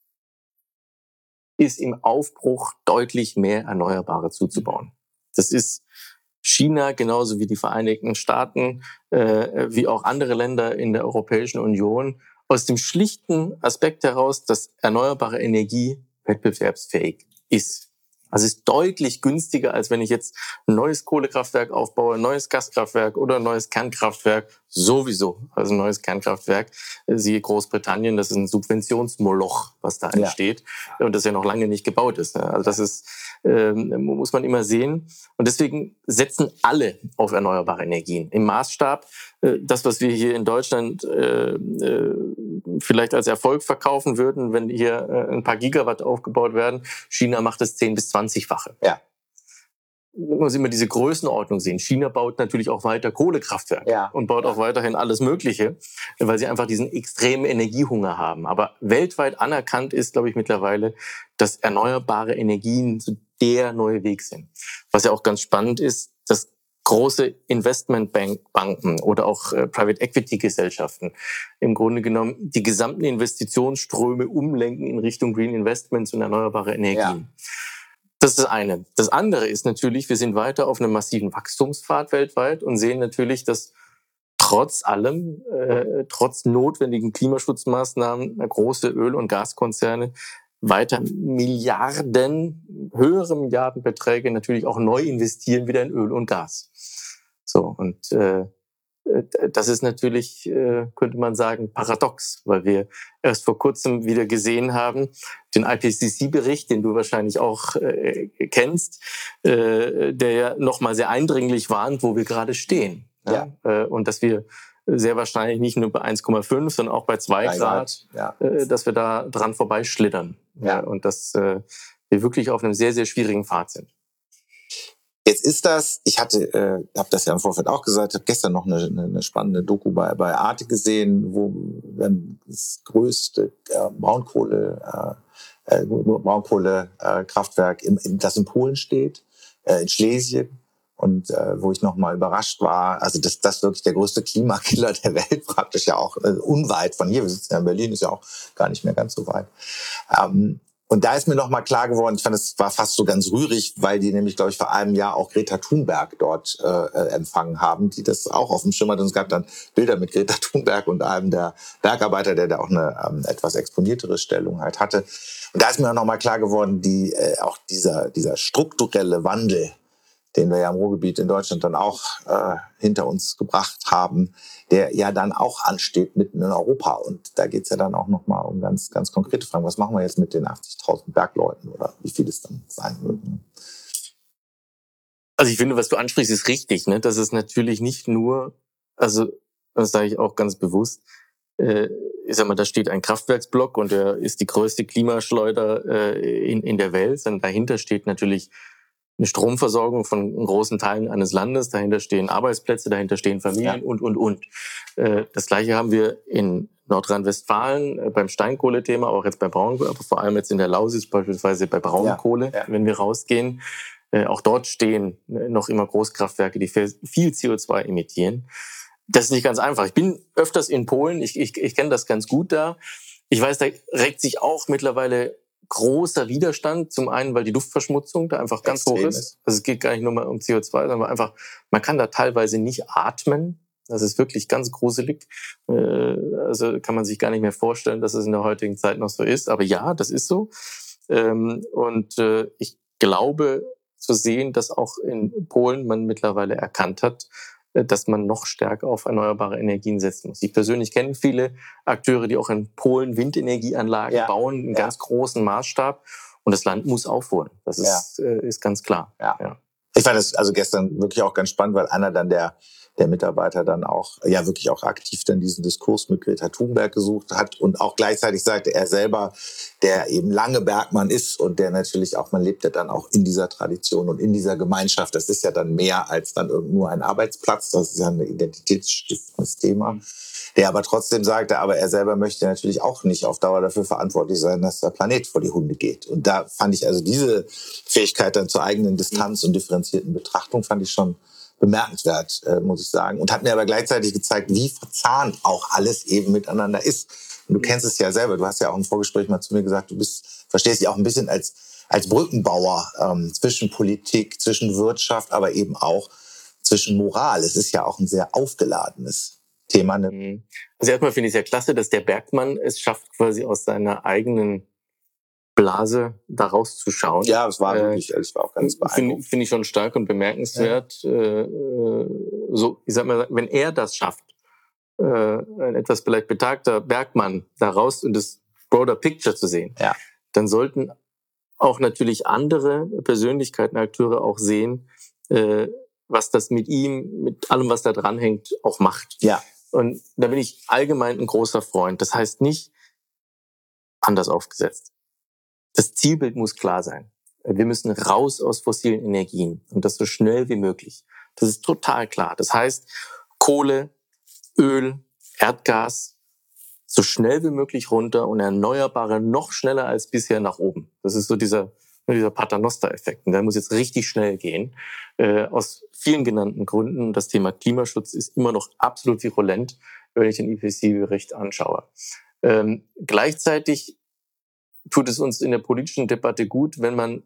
ist im Aufbruch, deutlich mehr Erneuerbare zuzubauen. Das ist China genauso wie die Vereinigten Staaten, äh, wie auch andere Länder in der Europäischen Union, aus dem schlichten Aspekt heraus, dass erneuerbare Energie wettbewerbsfähig ist. Also es ist deutlich günstiger, als wenn ich jetzt ein neues Kohlekraftwerk aufbaue, ein neues Gaskraftwerk oder ein neues Kernkraftwerk. Sowieso, also ein neues Kernkraftwerk. Siehe Großbritannien, das ist ein Subventionsmoloch, was da entsteht. Ja. Und das ja noch lange nicht gebaut ist. Also das ist, äh, muss man immer sehen. Und deswegen setzen alle auf erneuerbare Energien. Im Maßstab, äh, das, was wir hier in Deutschland äh, äh, vielleicht als Erfolg verkaufen würden, wenn hier äh, ein paar Gigawatt aufgebaut werden. China macht es zehn bis zwanzig-fache. Ja. Man muss immer diese Größenordnung sehen. China baut natürlich auch weiter Kohlekraftwerke ja. und baut auch weiterhin alles Mögliche, weil sie einfach diesen extremen Energiehunger haben. Aber weltweit anerkannt ist, glaube ich, mittlerweile, dass erneuerbare Energien so der neue Weg sind. Was ja auch ganz spannend ist, dass große Investmentbanken oder auch äh, Private-Equity-Gesellschaften im Grunde genommen die gesamten Investitionsströme umlenken in Richtung Green Investments und erneuerbare Energien. Ja. Das ist das eine. Das andere ist natürlich, wir sind weiter auf einem massiven Wachstumspfad weltweit und sehen natürlich, dass trotz allem, äh, trotz notwendigen Klimaschutzmaßnahmen, große Öl- und Gaskonzerne weiter Milliarden, höhere Milliardenbeträge natürlich auch neu investieren wieder in Öl und Gas. So, und äh, das ist natürlich, äh, könnte man sagen, paradox, weil wir erst vor kurzem wieder gesehen haben, den I P C C-Bericht, den du wahrscheinlich auch äh, kennst, äh, der ja nochmal sehr eindringlich warnt, wo wir gerade stehen. Ja? Ja. Äh, und dass wir sehr wahrscheinlich nicht nur bei eins Komma fünf, sondern auch bei zwei Grad, ja. äh, dass wir da dran vorbeischlittern. Ja. Und dass äh, wir wirklich auf einem sehr, sehr schwierigen Pfad sind. Jetzt ist das, ich hatte, äh, habe das ja im Vorfeld auch gesagt, habe gestern noch eine, eine spannende Doku bei, bei Arte gesehen, wo dann das größte äh, Braunkohle, äh, Braunkohlekraftwerk, äh, in, das in Polen steht, äh, in Schlesien. Und äh, wo ich nochmal überrascht war, also das das wirklich der größte Klimakiller der Welt, praktisch ja auch äh, unweit von hier. Wir sitzen ja in Berlin, ist ja auch gar nicht mehr ganz so weit. Ähm, und da ist mir nochmal klar geworden, ich fand, es war fast so ganz rührig, weil die nämlich, glaube ich, vor einem Jahr auch Greta Thunberg dort äh, empfangen haben, die das auch auf dem Schirm hat. Und es gab dann Bilder mit Greta Thunberg und einem der Bergarbeiter, der da auch eine ähm, etwas exponiertere Stellung halt hatte. Und da ist mir auch nochmal klar geworden, die äh, auch dieser dieser strukturelle Wandel, den wir ja im Ruhrgebiet in Deutschland dann auch äh, hinter uns gebracht haben, der ja dann auch ansteht mitten in Europa. Und da geht's ja dann auch nochmal um ganz ganz konkrete Fragen. Was machen wir jetzt mit den achtzigtausend Bergleuten oder wie viel es dann sein wird? Also ich finde, was du ansprichst, ist richtig. Ne? Das ist natürlich nicht nur, also das sage ich auch ganz bewusst, äh, ich sag mal, da steht ein Kraftwerksblock und der ist die größte Klimaschleuder äh, in, in der Welt. Und dahinter steht natürlich eine Stromversorgung von großen Teilen eines Landes, dahinter stehen Arbeitsplätze, dahinter stehen Familien ja. und, und, und. Das Gleiche haben wir in Nordrhein-Westfalen äh, beim Steinkohlethema, auch jetzt bei Braunkohle, aber vor allem jetzt in der Lausitz beispielsweise bei Braunkohle, ja, ja. wenn wir rausgehen. Äh, auch dort stehen äh, noch immer Großkraftwerke, die viel C O zwei emittieren. Das ist nicht ganz einfach. Ich bin öfters in Polen, ich, ich, ich kenne das ganz gut da. Ich weiß, da regt sich auch mittlerweile großer Widerstand. Zum einen, weil die Luftverschmutzung da einfach ganz Extrem hoch ist. ist. Also es geht gar nicht nur mal um C O zwei, sondern einfach, man kann da teilweise nicht atmen. Das ist wirklich ganz gruselig. Also kann man sich gar nicht mehr vorstellen, dass es in der heutigen Zeit noch so ist. Aber ja, das ist so. Und ich glaube zu sehen, dass auch in Polen man mittlerweile erkannt hat, dass man noch stärker auf erneuerbare Energien setzen muss. Ich persönlich kenne viele Akteure, die auch in Polen Windenergieanlagen ja. bauen, in ja. ganz großen Maßstab. Und das Land muss aufholen. Das ist, ja. ist ganz klar. Ja. Ja. Ich fand das also gestern wirklich auch ganz spannend, weil einer dann der der Mitarbeiter dann auch, ja wirklich auch aktiv dann diesen Diskurs mit Greta Thunberg gesucht hat und auch gleichzeitig sagte er selber, der eben lange Bergmann ist und der natürlich auch, man lebt ja dann auch in dieser Tradition und in dieser Gemeinschaft. Das ist ja dann mehr als dann nur ein Arbeitsplatz, das ist ja ein identitätsstiftendes Thema. Der aber trotzdem sagte, aber er selber möchte natürlich auch nicht auf Dauer dafür verantwortlich sein, dass der Planet vor die Hunde geht. Und da fand ich also diese Fähigkeit dann zur eigenen Distanz und differenzierten Betrachtung fand ich schon bemerkenswert, äh, muss ich sagen. Und hat mir aber gleichzeitig gezeigt, wie verzahnt auch alles eben miteinander ist. Und du kennst es ja selber. Du hast ja auch im Vorgespräch mal zu mir gesagt, du bist, verstehst dich auch ein bisschen als, als Brückenbauer ähm, zwischen Politik, zwischen Wirtschaft, aber eben auch zwischen Moral. Es ist ja auch ein sehr aufgeladenes Thema. Ne? Also erstmal finde ich es ja klasse, dass der Bergmann es schafft, quasi aus seiner eigenen Blase da rauszuschauen. Ja, es war wirklich, es war auch ganz beeindruckend. Finde find ich schon stark und bemerkenswert. Ja. Äh, so, ich sag mal, wenn er das schafft, äh, ein etwas vielleicht betagter Bergmann da raus und das broader Picture zu sehen, ja. dann sollten auch natürlich andere Persönlichkeiten, Akteure auch sehen, äh, was das mit ihm, mit allem, was da dranhängt, auch macht. Ja. Und da bin ich allgemein ein großer Freund. Das heißt nicht anders aufgesetzt. Das Zielbild muss klar sein. Wir müssen raus aus fossilen Energien und das so schnell wie möglich. Das ist total klar. Das heißt, Kohle, Öl, Erdgas so schnell wie möglich runter und Erneuerbare noch schneller als bisher nach oben. Das ist so dieser, dieser Paternoster-Effekt. Und der muss jetzt richtig schnell gehen. Äh, aus vielen genannten Gründen. Das Thema Klimaschutz ist immer noch absolut virulent, wenn ich den I P C C-Bericht anschaue. Ähm, gleichzeitig tut es uns in der politischen Debatte gut, wenn man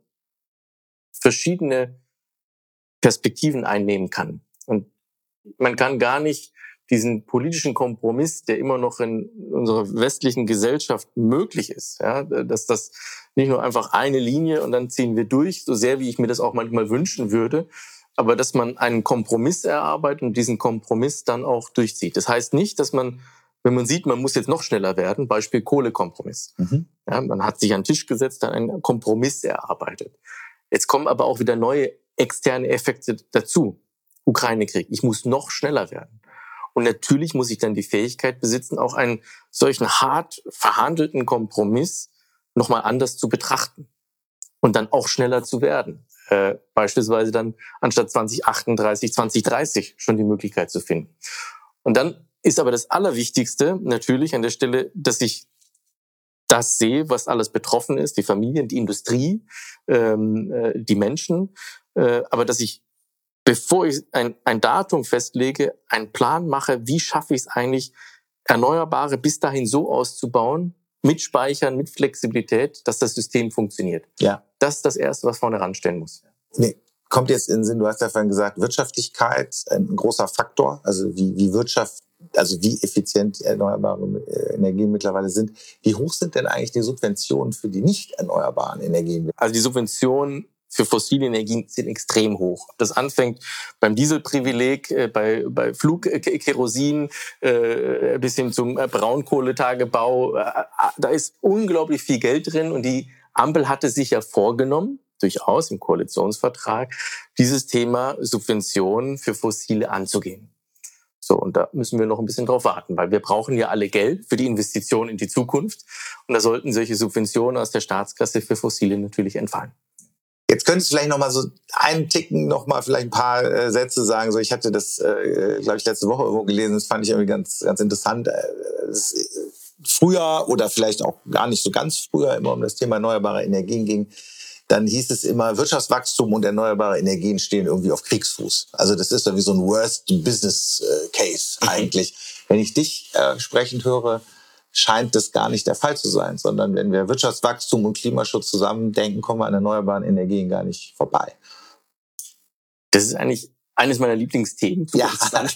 verschiedene Perspektiven einnehmen kann. Und man kann gar nicht diesen politischen Kompromiss, der immer noch in unserer westlichen Gesellschaft möglich ist, ja, dass das nicht nur einfach eine Linie und dann ziehen wir durch, so sehr wie ich mir das auch manchmal wünschen würde, aber dass man einen Kompromiss erarbeitet und diesen Kompromiss dann auch durchzieht. Das heißt nicht, dass man, wenn man sieht, man muss jetzt noch schneller werden, Beispiel Kohlekompromiss. Mhm. Ja, man hat sich an den Tisch gesetzt, dann einen Kompromiss erarbeitet. Jetzt kommen aber auch wieder neue externe Effekte dazu. Ukraine-Krieg. Ich muss noch schneller werden. Und natürlich muss ich dann die Fähigkeit besitzen, auch einen solchen hart verhandelten Kompromiss nochmal anders zu betrachten. Und dann auch schneller zu werden. Äh, beispielsweise dann anstatt zwanzig achtunddreißig, zwanzig dreißig schon die Möglichkeit zu finden. Und dann ist aber das Allerwichtigste natürlich an der Stelle, dass ich das sehe, was alles betroffen ist, die Familien, die Industrie, ähm, äh, die Menschen, äh, aber dass ich, bevor ich ein, ein Datum festlege, einen Plan mache, wie schaffe ich es eigentlich, Erneuerbare bis dahin so auszubauen, mit Speichern, mit Flexibilität, dass das System funktioniert. Ja. Das ist das Erste, was vorne ranstellen muss. Nee. Kommt jetzt in den Sinn, du hast ja vorhin gesagt, Wirtschaftlichkeit, ein großer Faktor, also wie, wie Wirtschaft, also wie effizient erneuerbare Energien mittlerweile sind. Wie hoch sind denn eigentlich die Subventionen für die nicht erneuerbaren Energien? Also die Subventionen für fossile Energien sind extrem hoch. Das anfängt beim Dieselprivileg, äh, bei, bei Flugkerosin, äh, bis hin zum äh, Braunkohletagebau. Äh, da ist unglaublich viel Geld drin und die Ampel hatte sich ja vorgenommen, durchaus im Koalitionsvertrag, dieses Thema Subventionen für Fossile anzugehen. So, und da müssen wir noch ein bisschen drauf warten, weil wir brauchen ja alle Geld für die Investition in die Zukunft. Und da sollten solche Subventionen aus der Staatskasse für Fossile natürlich entfallen. Jetzt könntest du vielleicht noch mal so einen Ticken, noch mal vielleicht ein paar äh, Sätze sagen. So, ich hatte das, äh, glaube ich, letzte Woche irgendwo gelesen. Das fand ich irgendwie ganz, ganz interessant. Äh, das, äh, früher oder vielleicht auch gar nicht so ganz früher immer um das Thema erneuerbare Energien ging. Dann hieß es immer, Wirtschaftswachstum und erneuerbare Energien stehen irgendwie auf Kriegsfuß. Also das ist dann wie so ein Worst Business Case eigentlich. Mhm. Wenn ich dich äh, sprechend höre, scheint das gar nicht der Fall zu sein, sondern wenn wir Wirtschaftswachstum und Klimaschutz zusammendenken, kommen wir an erneuerbaren Energien gar nicht vorbei. Das ist eigentlich eines meiner Lieblingsthemen. Ja,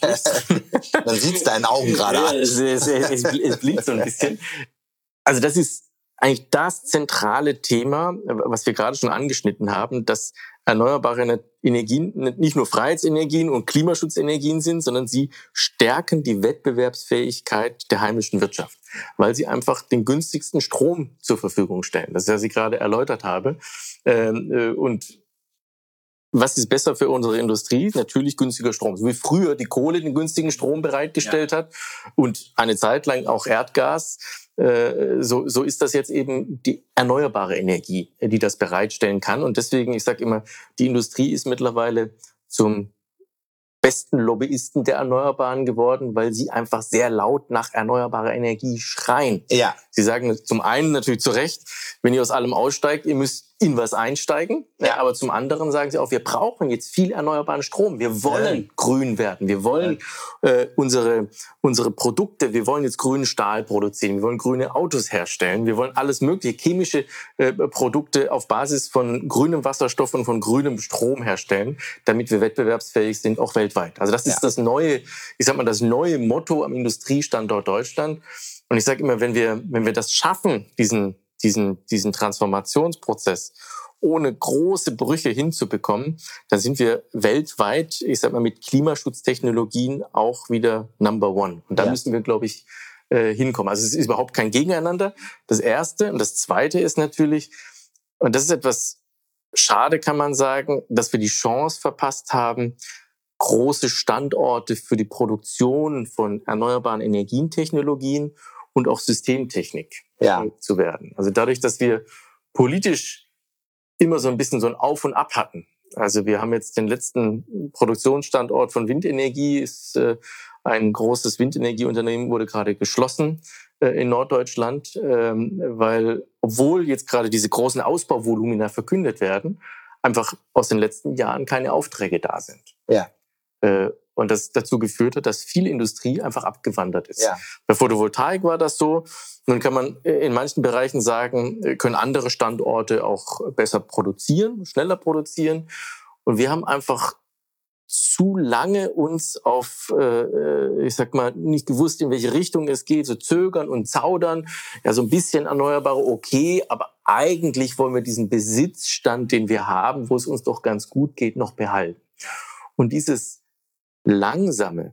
man sieht es deinen Augen gerade an. Es, es, es, es blinkt so ein bisschen. Also das ist eigentlich das zentrale Thema, was wir gerade schon angeschnitten haben, dass erneuerbare Energien nicht nur Freiheitsenergien und Klimaschutzenergien sind, sondern sie stärken die Wettbewerbsfähigkeit der heimischen Wirtschaft, weil sie einfach den günstigsten Strom zur Verfügung stellen. Das ist, was ich gerade erläutert habe. Und was ist besser für unsere Industrie? Natürlich günstiger Strom. So wie früher die Kohle den günstigen Strom bereitgestellt ja. hat und eine Zeit lang auch Erdgas. So, so ist das jetzt eben die erneuerbare Energie, die das bereitstellen kann. Und deswegen, ich sage immer, die Industrie ist mittlerweile zum besten Lobbyisten der Erneuerbaren geworden, weil sie einfach sehr laut nach erneuerbarer Energie schreien. Ja. Sie sagen zum einen natürlich zu Recht, wenn ihr aus allem aussteigt, ihr müsst in was einsteigen. Ja. Aber zum anderen sagen sie auch, wir brauchen jetzt viel erneuerbaren Strom. Wir wollen ja. grün werden. Wir wollen ja. äh, unsere unsere Produkte, wir wollen jetzt grünen Stahl produzieren. Wir wollen grüne Autos herstellen. Wir wollen alles mögliche, chemische äh, Produkte auf Basis von grünem Wasserstoff und von grünem Strom herstellen, damit wir wettbewerbsfähig sind, auch weltweit. Also das ist ja. das neue, ich sag mal, das neue Motto am Industriestandort Deutschland. Und ich sage immer, wenn wir wenn wir das schaffen, diesen diesen diesen Transformationsprozess ohne große Brüche hinzubekommen, dann sind wir weltweit, ich sag mal, mit Klimaschutztechnologien auch wieder Number One. Und da ja. müssen wir, glaube ich, äh, hinkommen. Also es ist überhaupt kein Gegeneinander. Das Erste. Und das Zweite ist natürlich, und das ist etwas schade, kann man sagen, dass wir die Chance verpasst haben, große Standorte für die Produktion von erneuerbaren Energientechnologien und auch Systemtechnik ja. zu werden. Also dadurch, dass wir politisch immer so ein bisschen so ein Auf und Ab hatten. Also wir haben jetzt den letzten Produktionsstandort von Windenergie, ist äh, ein großes Windenergieunternehmen, wurde gerade geschlossen äh, in Norddeutschland, ähm, weil obwohl jetzt gerade diese großen Ausbauvolumina verkündet werden, einfach aus den letzten Jahren keine Aufträge da sind. Ja. Äh, Und das dazu geführt hat, dass viel Industrie einfach abgewandert ist. Ja. Bei Photovoltaik war das so. Nun kann man in manchen Bereichen sagen, können andere Standorte auch besser produzieren, schneller produzieren. Und wir haben einfach zu lange uns auf, äh, ich sag mal, nicht gewusst, in welche Richtung es geht, so zögern und zaudern. Ja, so ein bisschen Erneuerbare, okay, aber eigentlich wollen wir diesen Besitzstand, den wir haben, wo es uns doch ganz gut geht, noch behalten. Und dieses Langsame,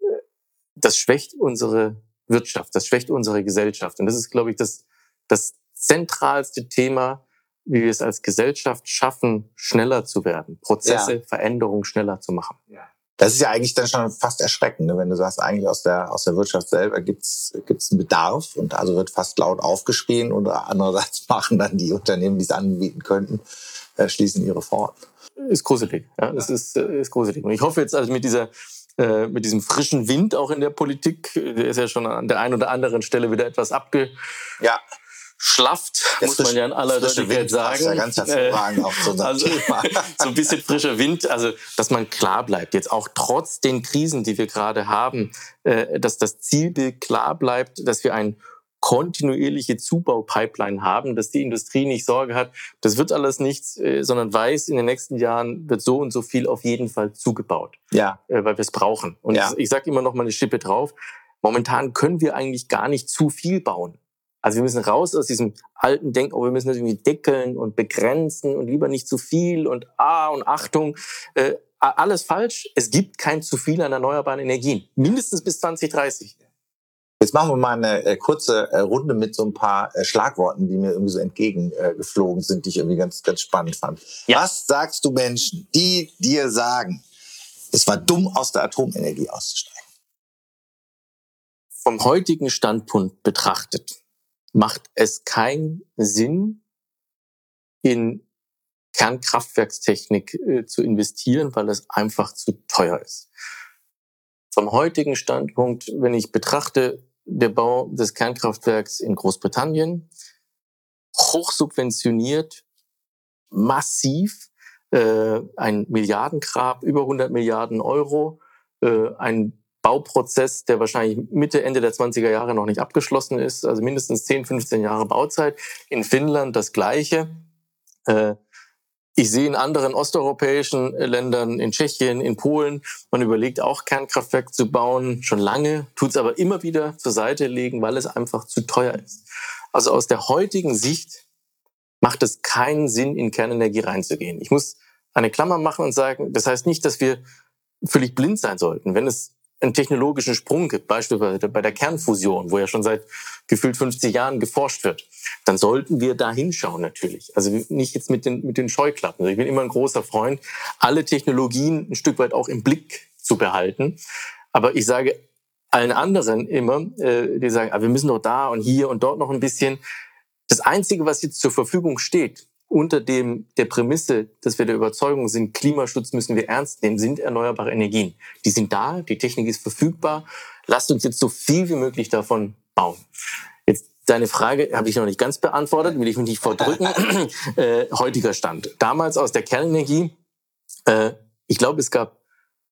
das schwächt unsere Wirtschaft, das schwächt unsere Gesellschaft. Und das ist, glaube ich, das, das zentralste Thema, wie wir es als Gesellschaft schaffen, schneller zu werden, Prozesse, ja. Veränderungen schneller zu machen. Ja. Das ist ja eigentlich dann schon fast erschreckend, ne? Wenn du sagst, eigentlich aus der aus der Wirtschaft selber gibt's gibt's einen Bedarf und also wird fast laut aufgeschrien und andererseits machen dann die Unternehmen, die es anbieten könnten, äh, schließen ihre Pforten. Ist gruselig, ja, das ist, ist gruselig. Und ich hoffe jetzt also mit dieser, äh, mit diesem frischen Wind auch in der Politik, der ist ja schon an der einen oder anderen Stelle wieder etwas abgeschlafft, ja. muss man ja in aller Deutlichkeit sagen. Ja, ganz hervorragend auch so ein also, Thema. So ein bisschen frischer Wind, also dass man klar bleibt, jetzt auch trotz den Krisen, die wir gerade haben, äh, dass das Zielbild klar bleibt, dass wir ein kontinuierliche Zubaupipeline haben, dass die Industrie nicht Sorge hat, das wird alles nichts, äh, sondern weiß, in den nächsten Jahren wird so und so viel auf jeden Fall zugebaut, ja. äh, weil wir es brauchen. Und ja. ich, ich sage immer noch mal eine Schippe drauf, momentan können wir eigentlich gar nicht zu viel bauen. Also wir müssen raus aus diesem alten Denken, oh, wir müssen das irgendwie deckeln und begrenzen und lieber nicht zu viel und ah und Achtung, äh, alles falsch. Es gibt kein zu viel an erneuerbaren Energien, mindestens bis zwanzig dreißig. Jetzt machen wir mal eine äh, kurze äh, Runde mit so ein paar äh, Schlagworten, die mir irgendwie so entgegengeflogen äh, sind, die ich irgendwie ganz, ganz spannend fand. Ja. Was sagst du Menschen, die dir sagen, es war dumm, aus der Atomenergie auszusteigen? Vom heutigen Standpunkt betrachtet macht es keinen Sinn, in Kernkraftwerkstechnik äh, zu investieren, weil es einfach zu teuer ist. Vom heutigen Standpunkt, wenn ich betrachte, der Bau des Kernkraftwerks in Großbritannien, hochsubventioniert, massiv, äh, ein Milliardengrab, über hundert Milliarden Euro, äh, ein Bauprozess, der wahrscheinlich Mitte, Ende der zwanziger Jahre noch nicht abgeschlossen ist, also mindestens zehn, fünfzehn Jahre Bauzeit. In Finnland das Gleiche. Äh, Ich sehe in anderen osteuropäischen Ländern, in Tschechien, in Polen, man überlegt auch Kernkraftwerke zu bauen, schon lange, tut es aber immer wieder zur Seite legen, weil es einfach zu teuer ist. Also aus der heutigen Sicht macht es keinen Sinn, in Kernenergie reinzugehen. Ich muss eine Klammer machen und sagen, das heißt nicht, dass wir völlig blind sein sollten. Wenn es einen technologischen Sprung gibt, beispielsweise bei der Kernfusion, wo ja schon seit gefühlt fünfzig Jahren geforscht wird, dann sollten wir da hinschauen natürlich. Also nicht jetzt mit den, mit den Scheuklappen. Also ich bin immer ein großer Freund, alle Technologien ein Stück weit auch im Blick zu behalten. Aber ich sage allen anderen immer, äh, die sagen, ah, wir müssen doch da und hier und dort noch ein bisschen. Das Einzige, was jetzt zur Verfügung steht, unter dem der Prämisse, dass wir der Überzeugung sind, Klimaschutz müssen wir ernst nehmen, sind erneuerbare Energien. Die sind da, die Technik ist verfügbar. Lasst uns jetzt so viel wie möglich davon bauen. Jetzt deine Frage habe ich noch nicht ganz beantwortet, will ich mich nicht vordrücken. äh, heutiger Stand. Damals aus der Kernenergie, äh, ich glaube, es gab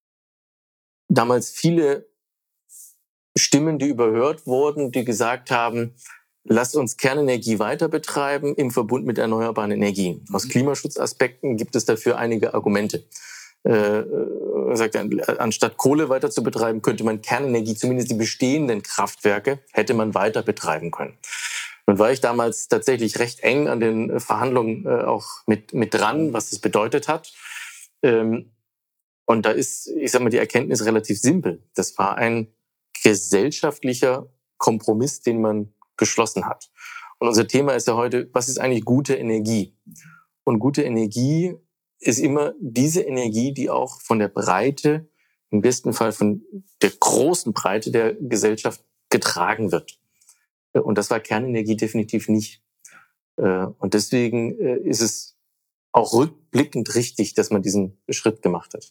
damals viele Stimmen, die überhört wurden, die gesagt haben, lasst uns Kernenergie weiter betreiben im Verbund mit erneuerbaren Energien. Aus Klimaschutzaspekten gibt es dafür einige Argumente. Äh, sagt, anstatt Kohle weiter zu betreiben, könnte man Kernenergie, zumindest die bestehenden Kraftwerke, hätte man weiter betreiben können. Nun war ich damals tatsächlich recht eng an den Verhandlungen äh, auch mit, mit dran, was das bedeutet hat. Ähm, und da ist, ich sag mal, die Erkenntnis relativ simpel. Das war ein gesellschaftlicher Kompromiss, den man geschlossen hat. Und unser Thema ist ja heute, was ist eigentlich gute Energie? Und gute Energie ist immer diese Energie, die auch von der Breite, im besten Fall von der großen Breite der Gesellschaft getragen wird. Und das war Kernenergie definitiv nicht. Und deswegen ist es auch rückblickend richtig, dass man diesen Schritt gemacht hat.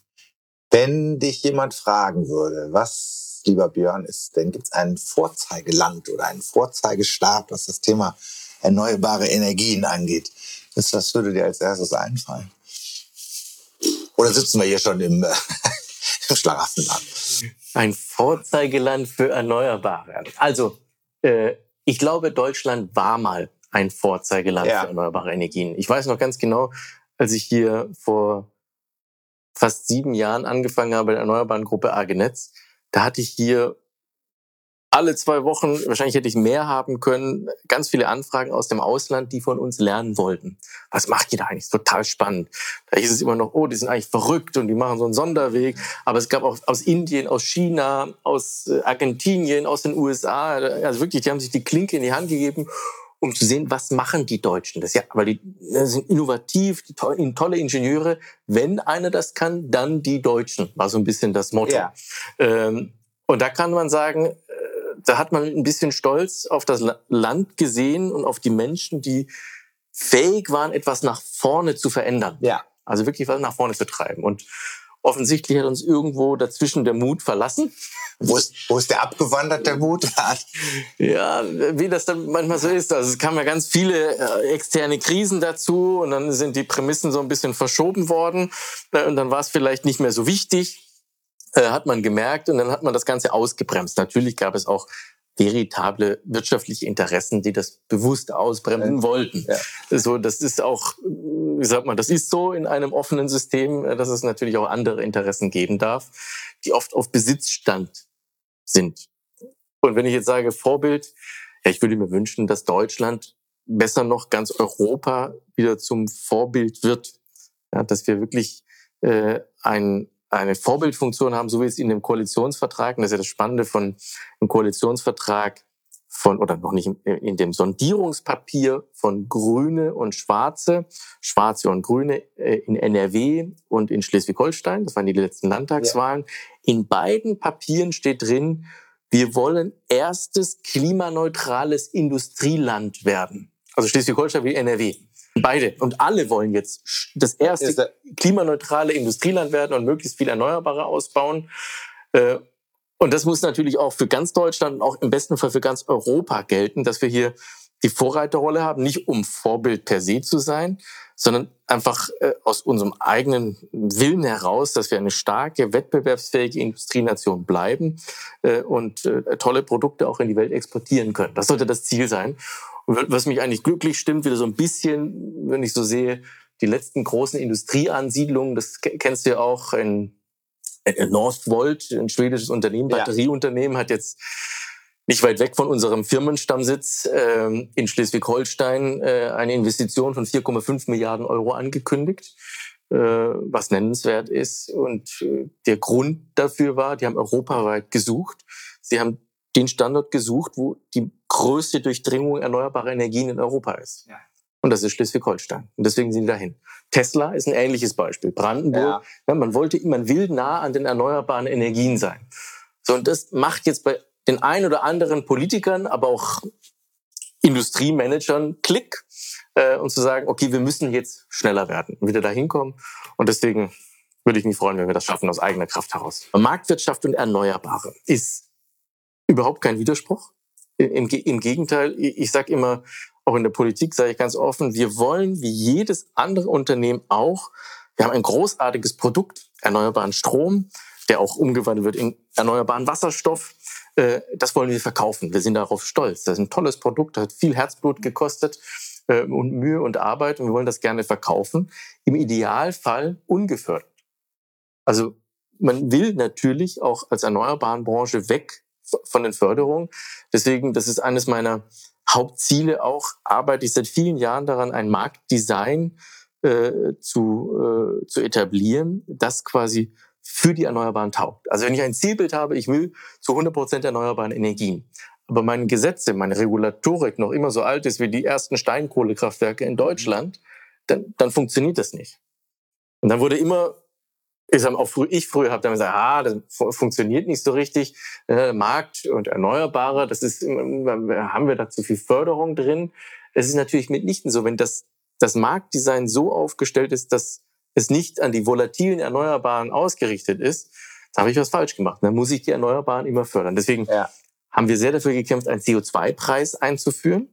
Wenn dich jemand fragen würde, was, lieber Björn, ist denn, gibt es ein Vorzeigeland oder einen Vorzeigestaat, was das Thema erneuerbare Energien angeht? Was, was würde dir als erstes einfallen? Oder sitzen wir hier schon im, äh, im Schlaraffenland? Ein Vorzeigeland für Erneuerbare. Also, äh, ich glaube, Deutschland war mal ein Vorzeigeland ja. für erneuerbare Energien. Ich weiß noch ganz genau, als ich hier vor fast sieben Jahren angefangen habe bei der erneuerbaren Gruppe A G Netz, da hatte ich hier alle zwei Wochen, wahrscheinlich hätte ich mehr haben können, ganz viele Anfragen aus dem Ausland, die von uns lernen wollten. Was macht ihr da eigentlich? Total spannend. Da hieß es immer noch, oh, die sind eigentlich verrückt und die machen so einen Sonderweg. Aber es gab auch aus Indien, aus China, aus Argentinien, aus den U S A, also wirklich, die haben sich die Klinke in die Hand gegeben, um zu sehen, was machen die Deutschen. Das ja, weil die das sind innovativ, die to- tolle Ingenieure. Wenn einer das kann, dann die Deutschen. War so ein bisschen das Motto. Ja. Ähm, und da kann man sagen, äh, da hat man ein bisschen Stolz auf das La- Land gesehen und auf die Menschen, die fähig waren, etwas nach vorne zu verändern. Ja. Also wirklich was nach vorne zu treiben. Und offensichtlich hat uns irgendwo dazwischen der Mut verlassen. Wo ist, wo ist der abgewandert, der Mut? Ja, wie das dann manchmal so ist. Also es kamen ja ganz viele äh, externe Krisen dazu und dann sind die Prämissen so ein bisschen verschoben worden und dann war es vielleicht nicht mehr so wichtig, äh, hat man gemerkt und dann hat man das Ganze ausgebremst. Natürlich gab es auch veritable wirtschaftliche Interessen, die das bewusst ausbremsen ja. wollten. Ja. So, das ist auch, wie sagt man, das ist so in einem offenen System, dass es natürlich auch andere Interessen geben darf, die oft auf Besitzstand sind. Und wenn ich jetzt sage Vorbild, ja, ich würde mir wünschen, dass Deutschland, besser noch ganz Europa, wieder zum Vorbild wird. Ja, dass wir wirklich äh, ein, eine Vorbildfunktion haben, so wie es in dem Koalitionsvertrag, und das ist ja das Spannende von einem Koalitionsvertrag von, oder noch nicht in, in dem Sondierungspapier von Grüne und Schwarze, Schwarze und Grüne äh, in N R W und in Schleswig-Holstein, das waren die letzten Landtagswahlen. Ja. In beiden Papieren steht drin, wir wollen erstes klimaneutrales Industrieland werden. Also Schleswig-Holstein wie N R W. Beide. Und alle wollen jetzt das erste klimaneutrale Industrieland werden und möglichst viel Erneuerbare ausbauen. Und das muss natürlich auch für ganz Deutschland und auch im besten Fall für ganz Europa gelten, dass wir hier die Vorreiterrolle haben, nicht um Vorbild per se zu sein, sondern einfach äh, aus unserem eigenen Willen heraus, dass wir eine starke, wettbewerbsfähige Industrienation bleiben äh, und äh, tolle Produkte auch in die Welt exportieren können. Das sollte das Ziel sein. Und was mich eigentlich glücklich stimmt, wieder so ein bisschen, wenn ich so sehe, die letzten großen Industrieansiedlungen, das kennst du ja auch, in Northvolt, ein schwedisches Unternehmen, Batterieunternehmen, hat jetzt nicht weit weg von unserem Firmenstammsitz äh, in Schleswig-Holstein äh, eine Investition von vier Komma fünf Milliarden Euro angekündigt, äh, was nennenswert ist. Und äh, der Grund dafür war, die haben europaweit gesucht. Sie haben den Standort gesucht, wo die größte Durchdringung erneuerbarer Energien in Europa ist. Ja. Und das ist Schleswig-Holstein. Und deswegen sind die dahin. Tesla ist ein ähnliches Beispiel. Brandenburg, ja. Ja, man wollte, man will nah an den erneuerbaren Energien sein. So, und das macht jetzt bei den ein oder anderen Politikern, aber auch Industriemanagern Klick, äh, und zu sagen, okay, wir müssen jetzt schneller werden und wieder dahin kommen. Und deswegen würde ich mich freuen, wenn wir das schaffen aus eigener Kraft heraus. Marktwirtschaft und Erneuerbare ist überhaupt kein Widerspruch. Im, im Gegenteil, ich sage immer, auch in der Politik sage ich ganz offen, wir wollen wie jedes andere Unternehmen auch, wir haben ein großartiges Produkt, erneuerbaren Strom, der auch umgewandelt wird in erneuerbaren Wasserstoff. Das wollen wir verkaufen. Wir sind darauf stolz. Das ist ein tolles Produkt, das hat viel Herzblut gekostet und Mühe und Arbeit und wir wollen das gerne verkaufen. Im Idealfall ungefördert. Also man will natürlich auch als Erneuerbarenbranche weg von den Förderungen. Deswegen, das ist eines meiner Hauptziele auch, arbeite ich seit vielen Jahren daran, ein Marktdesign äh, zu, äh, zu etablieren, das quasi für die Erneuerbaren taugt. Also wenn ich ein Zielbild habe, ich will zu hundert Prozent erneuerbaren Energien, aber meine Gesetze, meine Regulatorik noch immer so alt ist wie die ersten Steinkohlekraftwerke in Deutschland, dann, dann funktioniert das nicht. Und dann wurde immer, ich, sag, auch früh, ich früher habe dann gesagt, ah, das funktioniert nicht so richtig, äh, Markt und Erneuerbare, das ist, haben wir da zu viel Förderung drin. Es ist natürlich mitnichten so, wenn das, das Marktdesign so aufgestellt ist, dass es nicht an die volatilen Erneuerbaren ausgerichtet ist, da habe ich was falsch gemacht. Dann muss ich die Erneuerbaren immer fördern. Deswegen ja. haben wir sehr dafür gekämpft, einen C O zwei Preis einzuführen.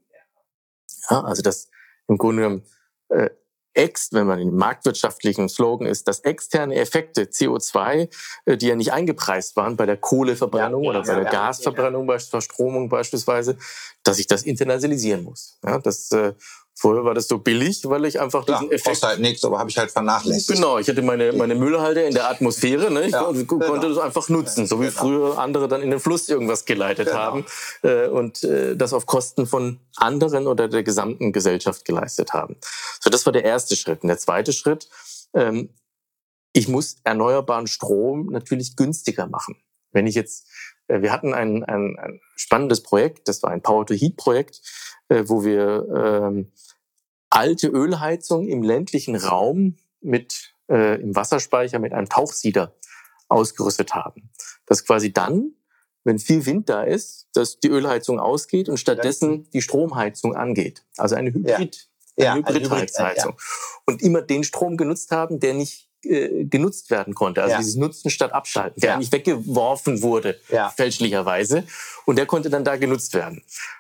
Ja, also das im Grunde genommen, äh, ex, wenn man im marktwirtschaftlichen Slogan ist, dass externe Effekte C O zwei, äh, die ja nicht eingepreist waren bei der Kohleverbrennung ja, oder ja, bei der ja, Gasverbrennung, ja. bei Verstromung beispielsweise, dass ich das internalisieren muss. Ja, das äh, Vorher war das so billig, weil ich einfach Klar, diesen Effekt... kostet halt nichts, aber habe ich halt vernachlässigt. Genau, ich hatte meine, meine Müllhalde in der Atmosphäre. Ne? Ich ja, konnte, genau. konnte das einfach nutzen, so wie genau. früher andere dann in den Fluss irgendwas geleitet genau. haben äh, und äh, das auf Kosten von anderen oder der gesamten Gesellschaft geleistet haben. So, das war der erste Schritt. Und der zweite Schritt, ähm, ich muss erneuerbaren Strom natürlich günstiger machen. Wenn ich jetzt... Äh, wir hatten ein, ein, ein spannendes Projekt, das war ein Power-to-Heat-Projekt, äh, wo wir... Ähm, alte Ölheizung im ländlichen Raum mit äh, im Wasserspeicher mit einem Tauchsieder ausgerüstet haben. Dass quasi dann, wenn viel Wind da ist, dass die Ölheizung ausgeht und stattdessen die Stromheizung angeht. Also eine Hybrid, ja. eine ja, Hybridheizung. Ja. Und immer den Strom genutzt haben, der nicht äh, genutzt werden konnte. Also ja. dieses Nutzen statt Abschalten, der ja. eigentlich weggeworfen wurde, ja. fälschlicherweise. Und der konnte dann da genutzt werden.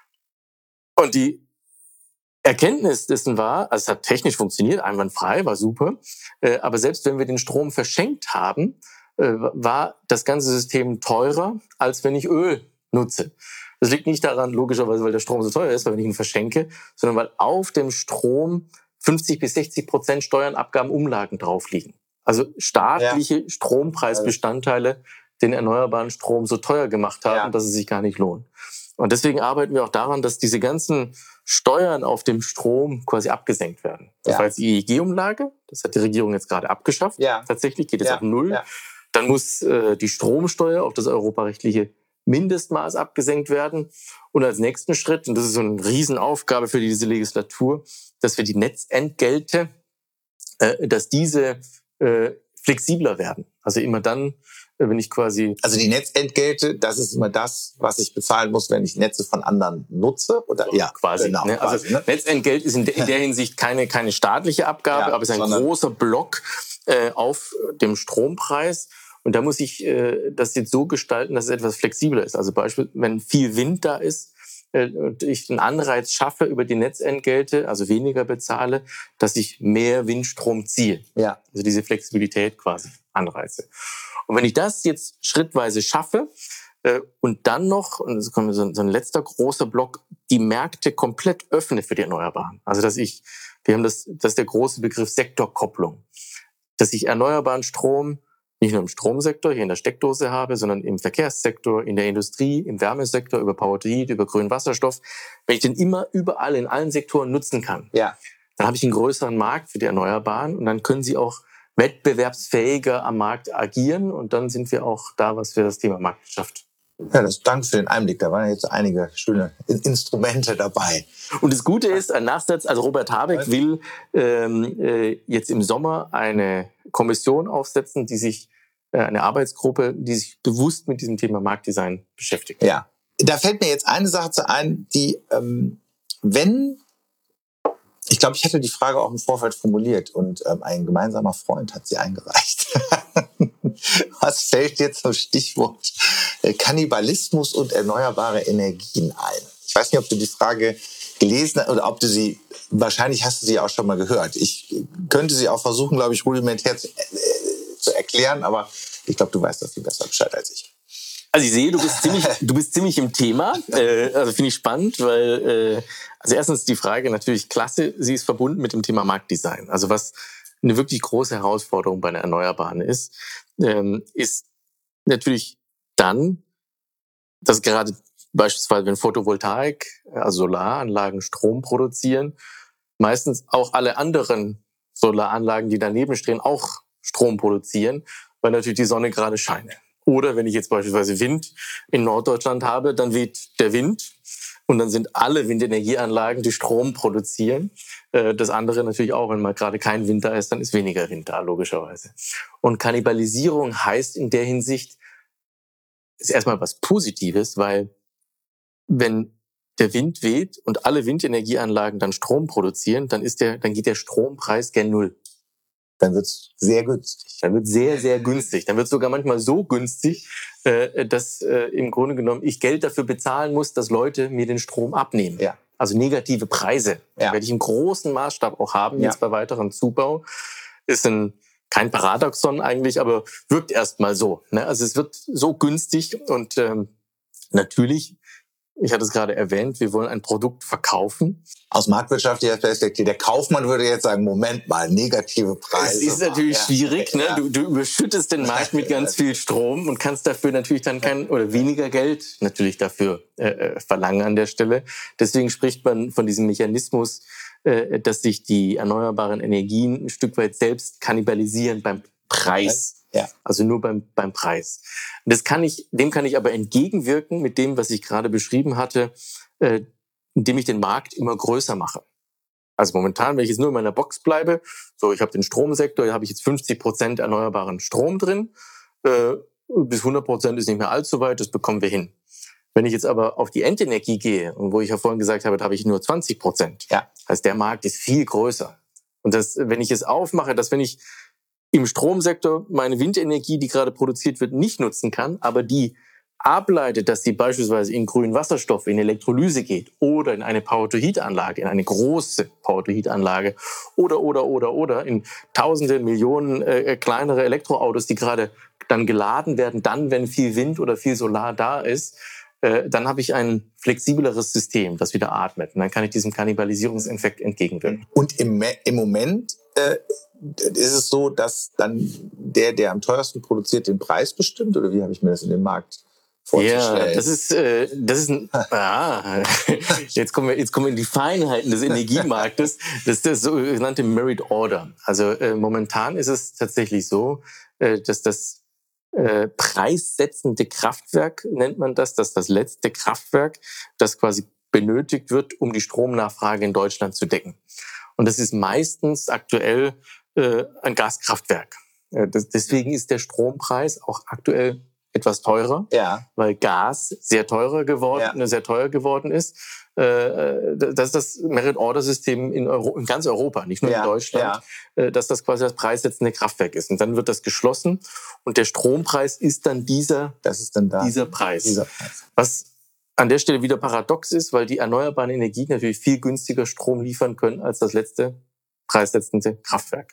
Und die Erkenntnis dessen war, also es hat technisch funktioniert, einwandfrei, war super, äh, aber selbst wenn wir den Strom verschenkt haben, äh, war das ganze System teurer, als wenn ich Öl nutze. Das liegt nicht daran, logischerweise, weil der Strom so teuer ist, weil wenn ich ihn verschenke, sondern weil auf dem Strom fünfzig bis sechzig Prozent Steuern, Abgaben, Umlagen drauf liegen. Also staatliche ja. Strompreisbestandteile den erneuerbaren Strom so teuer gemacht haben, ja. dass es sich gar nicht lohnt. Und deswegen arbeiten wir auch daran, dass diese ganzen Steuern auf dem Strom quasi abgesenkt werden. Das ja. war jetzt die E E G-Umlage, das hat die Regierung jetzt gerade abgeschafft. Ja. Tatsächlich geht es ja. auf Null. Ja. Dann muss äh, die Stromsteuer auf das europarechtliche Mindestmaß abgesenkt werden. Und als nächsten Schritt, und das ist so eine Riesenaufgabe für diese Legislatur, dass wir die Netzentgelte, äh, dass diese äh, flexibler werden. Also immer dann, wenn ich quasi... Also die Netzentgelte, das ist immer das, was ich bezahlen muss, wenn ich Netze von anderen nutze? Oder? Ja, quasi. Genau, ne? Also quasi, ne? Netzentgelt ist in, de, in der Hinsicht keine, keine staatliche Abgabe, Ja, aber es ist ein sondern- großer Block äh, auf dem Strompreis. Und da muss ich äh, das jetzt so gestalten, dass es etwas flexibler ist. Also beispielsweise, wenn viel Wind da ist äh, und ich einen Anreiz schaffe über die Netzentgelte, also weniger bezahle, dass ich mehr Windstrom ziehe. Ja. Also diese Flexibilität quasi anreize. Und wenn ich das jetzt schrittweise schaffe äh, und dann noch, und das kommt so, so ein letzter großer Block, die Märkte komplett öffne für die Erneuerbaren. Also dass ich, wir haben das, das ist der große Begriff Sektorkopplung, dass ich erneuerbaren Strom nicht nur im Stromsektor, hier in der Steckdose habe, sondern im Verkehrssektor, in der Industrie, im Wärmesektor, über Power to Heat, über grünen Wasserstoff. Wenn ich den immer überall in allen Sektoren nutzen kann, Ja. dann habe ich einen größeren Markt für die Erneuerbaren und dann können sie auch wettbewerbsfähiger am Markt agieren und dann sind wir auch da, was für das Thema Marktwirtschaft. Ja, das, danke für den Einblick. Da waren jetzt einige schöne In- Instrumente dabei. Und das Gute ist, ein Nachsatz, also Robert Habeck will ähm, äh, jetzt im Sommer eine Kommission aufsetzen, die sich, äh, eine Arbeitsgruppe, die sich bewusst mit diesem Thema Marktdesign beschäftigt. Ja. Da fällt mir jetzt eine Sache zu ein, die, ähm, wenn, ich glaube, ich hatte die Frage auch im Vorfeld formuliert und ähm, ein gemeinsamer Freund hat sie eingereicht. Was fällt jetzt zum Stichwort äh, Kannibalismus und erneuerbare Energien ein? Ich weiß nicht, ob du die Frage gelesen hast oder ob du sie, wahrscheinlich hast du sie auch schon mal gehört. Ich könnte sie auch versuchen, glaube ich, rudimentär zu, äh, zu erklären, aber ich glaube, du weißt da viel besser Bescheid als ich. Also ich sehe, du bist ziemlich, du bist ziemlich im Thema. Äh, also finde ich spannend, weil äh, also erstens die Frage natürlich klasse, sie ist verbunden mit dem Thema Marktdesign. Also was eine wirklich große Herausforderung bei einer Erneuerbaren ist, ähm, ist natürlich dann, dass gerade beispielsweise wenn Photovoltaik, also Solaranlagen Strom produzieren, meistens auch alle anderen Solaranlagen, die daneben stehen, auch Strom produzieren, weil natürlich die Sonne gerade scheint. Oder wenn ich jetzt beispielsweise Wind in Norddeutschland habe, dann weht der Wind und dann sind alle Windenergieanlagen, die Strom produzieren. Das andere natürlich auch, wenn mal gerade kein Wind da ist, dann ist weniger Wind da, logischerweise. Und Kannibalisierung heißt in der Hinsicht, ist erstmal was Positives, weil wenn der Wind weht und alle Windenergieanlagen dann Strom produzieren, dann ist der, dann geht der Strompreis gen Null. Dann wird's sehr günstig. Dann wird sehr, sehr günstig. Dann wird sogar manchmal so günstig, äh, dass äh, im Grunde genommen ich Geld dafür bezahlen muss, dass Leute mir den Strom abnehmen. Ja. Also negative Preise. Ja. Werde ich im großen Maßstab auch haben, Ja. jetzt bei weiteren Zubau. Ist ein, kein Paradoxon eigentlich, aber wirkt erstmal so. Ne? Also es wird so günstig und ähm, natürlich, ich hatte es gerade erwähnt, wir wollen ein Produkt verkaufen. Aus marktwirtschaftlicher Perspektive, der Kaufmann würde jetzt sagen, Moment mal, negative Preise. Es ist natürlich Ja. schwierig, ne? Ja. Du, du überschüttest den Markt mit ganz viel Strom und kannst dafür natürlich dann kein oder weniger Geld natürlich dafür äh, verlangen an der Stelle. Deswegen spricht man von diesem Mechanismus, äh, dass sich die erneuerbaren Energien ein Stück weit selbst kannibalisieren beim Preis. Ja. Also nur beim, beim Preis. Und das kann ich, dem kann ich aber entgegenwirken mit dem, was ich gerade beschrieben hatte, äh, indem ich den Markt immer größer mache. Also momentan, wenn ich jetzt nur in meiner Box bleibe, so ich habe den Stromsektor, da habe ich jetzt fünfzig Prozent erneuerbaren Strom drin, äh, bis hundert Prozent ist nicht mehr allzu weit, das bekommen wir hin. Wenn ich jetzt aber auf die Endenergie gehe, und wo ich ja vorhin gesagt habe, da habe ich nur zwanzig Prozent, Ja. heißt der Markt ist viel größer. Und das, wenn ich es aufmache, dass wenn ich im Stromsektor meine Windenergie, die gerade produziert wird, nicht nutzen kann, aber die ableitet, dass sie beispielsweise in grünen Wasserstoff, in Elektrolyse geht oder in eine Power-to-Heat-Anlage, in eine große Power-to-Heat-Anlage oder, oder, oder, oder in tausende, Millionen äh, kleinere Elektroautos, die gerade dann geladen werden, dann, wenn viel Wind oder viel Solar da ist, äh, dann habe ich ein flexibleres System, das wieder atmet. Und dann kann ich diesem Kannibalisierungseffekt entgegenwirken. Und im, im Moment äh, ist es so, dass dann der, der am teuersten produziert, den Preis bestimmt? Oder wie habe ich mir das in dem Markt vorzustellen? Ja, das ist, äh, das ist ein, ah, jetzt kommen wir, jetzt kommen wir in die Feinheiten des Energiemarktes. Das ist das sogenannte Merit Order. Also äh, momentan ist es tatsächlich so, äh, dass das äh, preissetzende Kraftwerk, nennt man das, dass das letzte Kraftwerk, das quasi benötigt wird, um die Stromnachfrage in Deutschland zu decken. Und das ist meistens aktuell äh, ein Gaskraftwerk. Deswegen ist der Strompreis auch aktuell etwas teurer, ja. weil Gas sehr teurer geworden, ja. sehr teuer geworden ist. Das ist das Merit-Order-System in, Euro, in ganz Europa, nicht nur ja. in Deutschland, ja. dass das quasi das preissetzende Kraftwerk ist. Und dann wird das geschlossen und der Strompreis ist dann dieser, das ist dann da. dieser Preis. Dieser Preis. Was an der Stelle wieder paradox ist, weil die erneuerbaren Energien natürlich viel günstiger Strom liefern können als das letzte preissetzende Kraftwerk.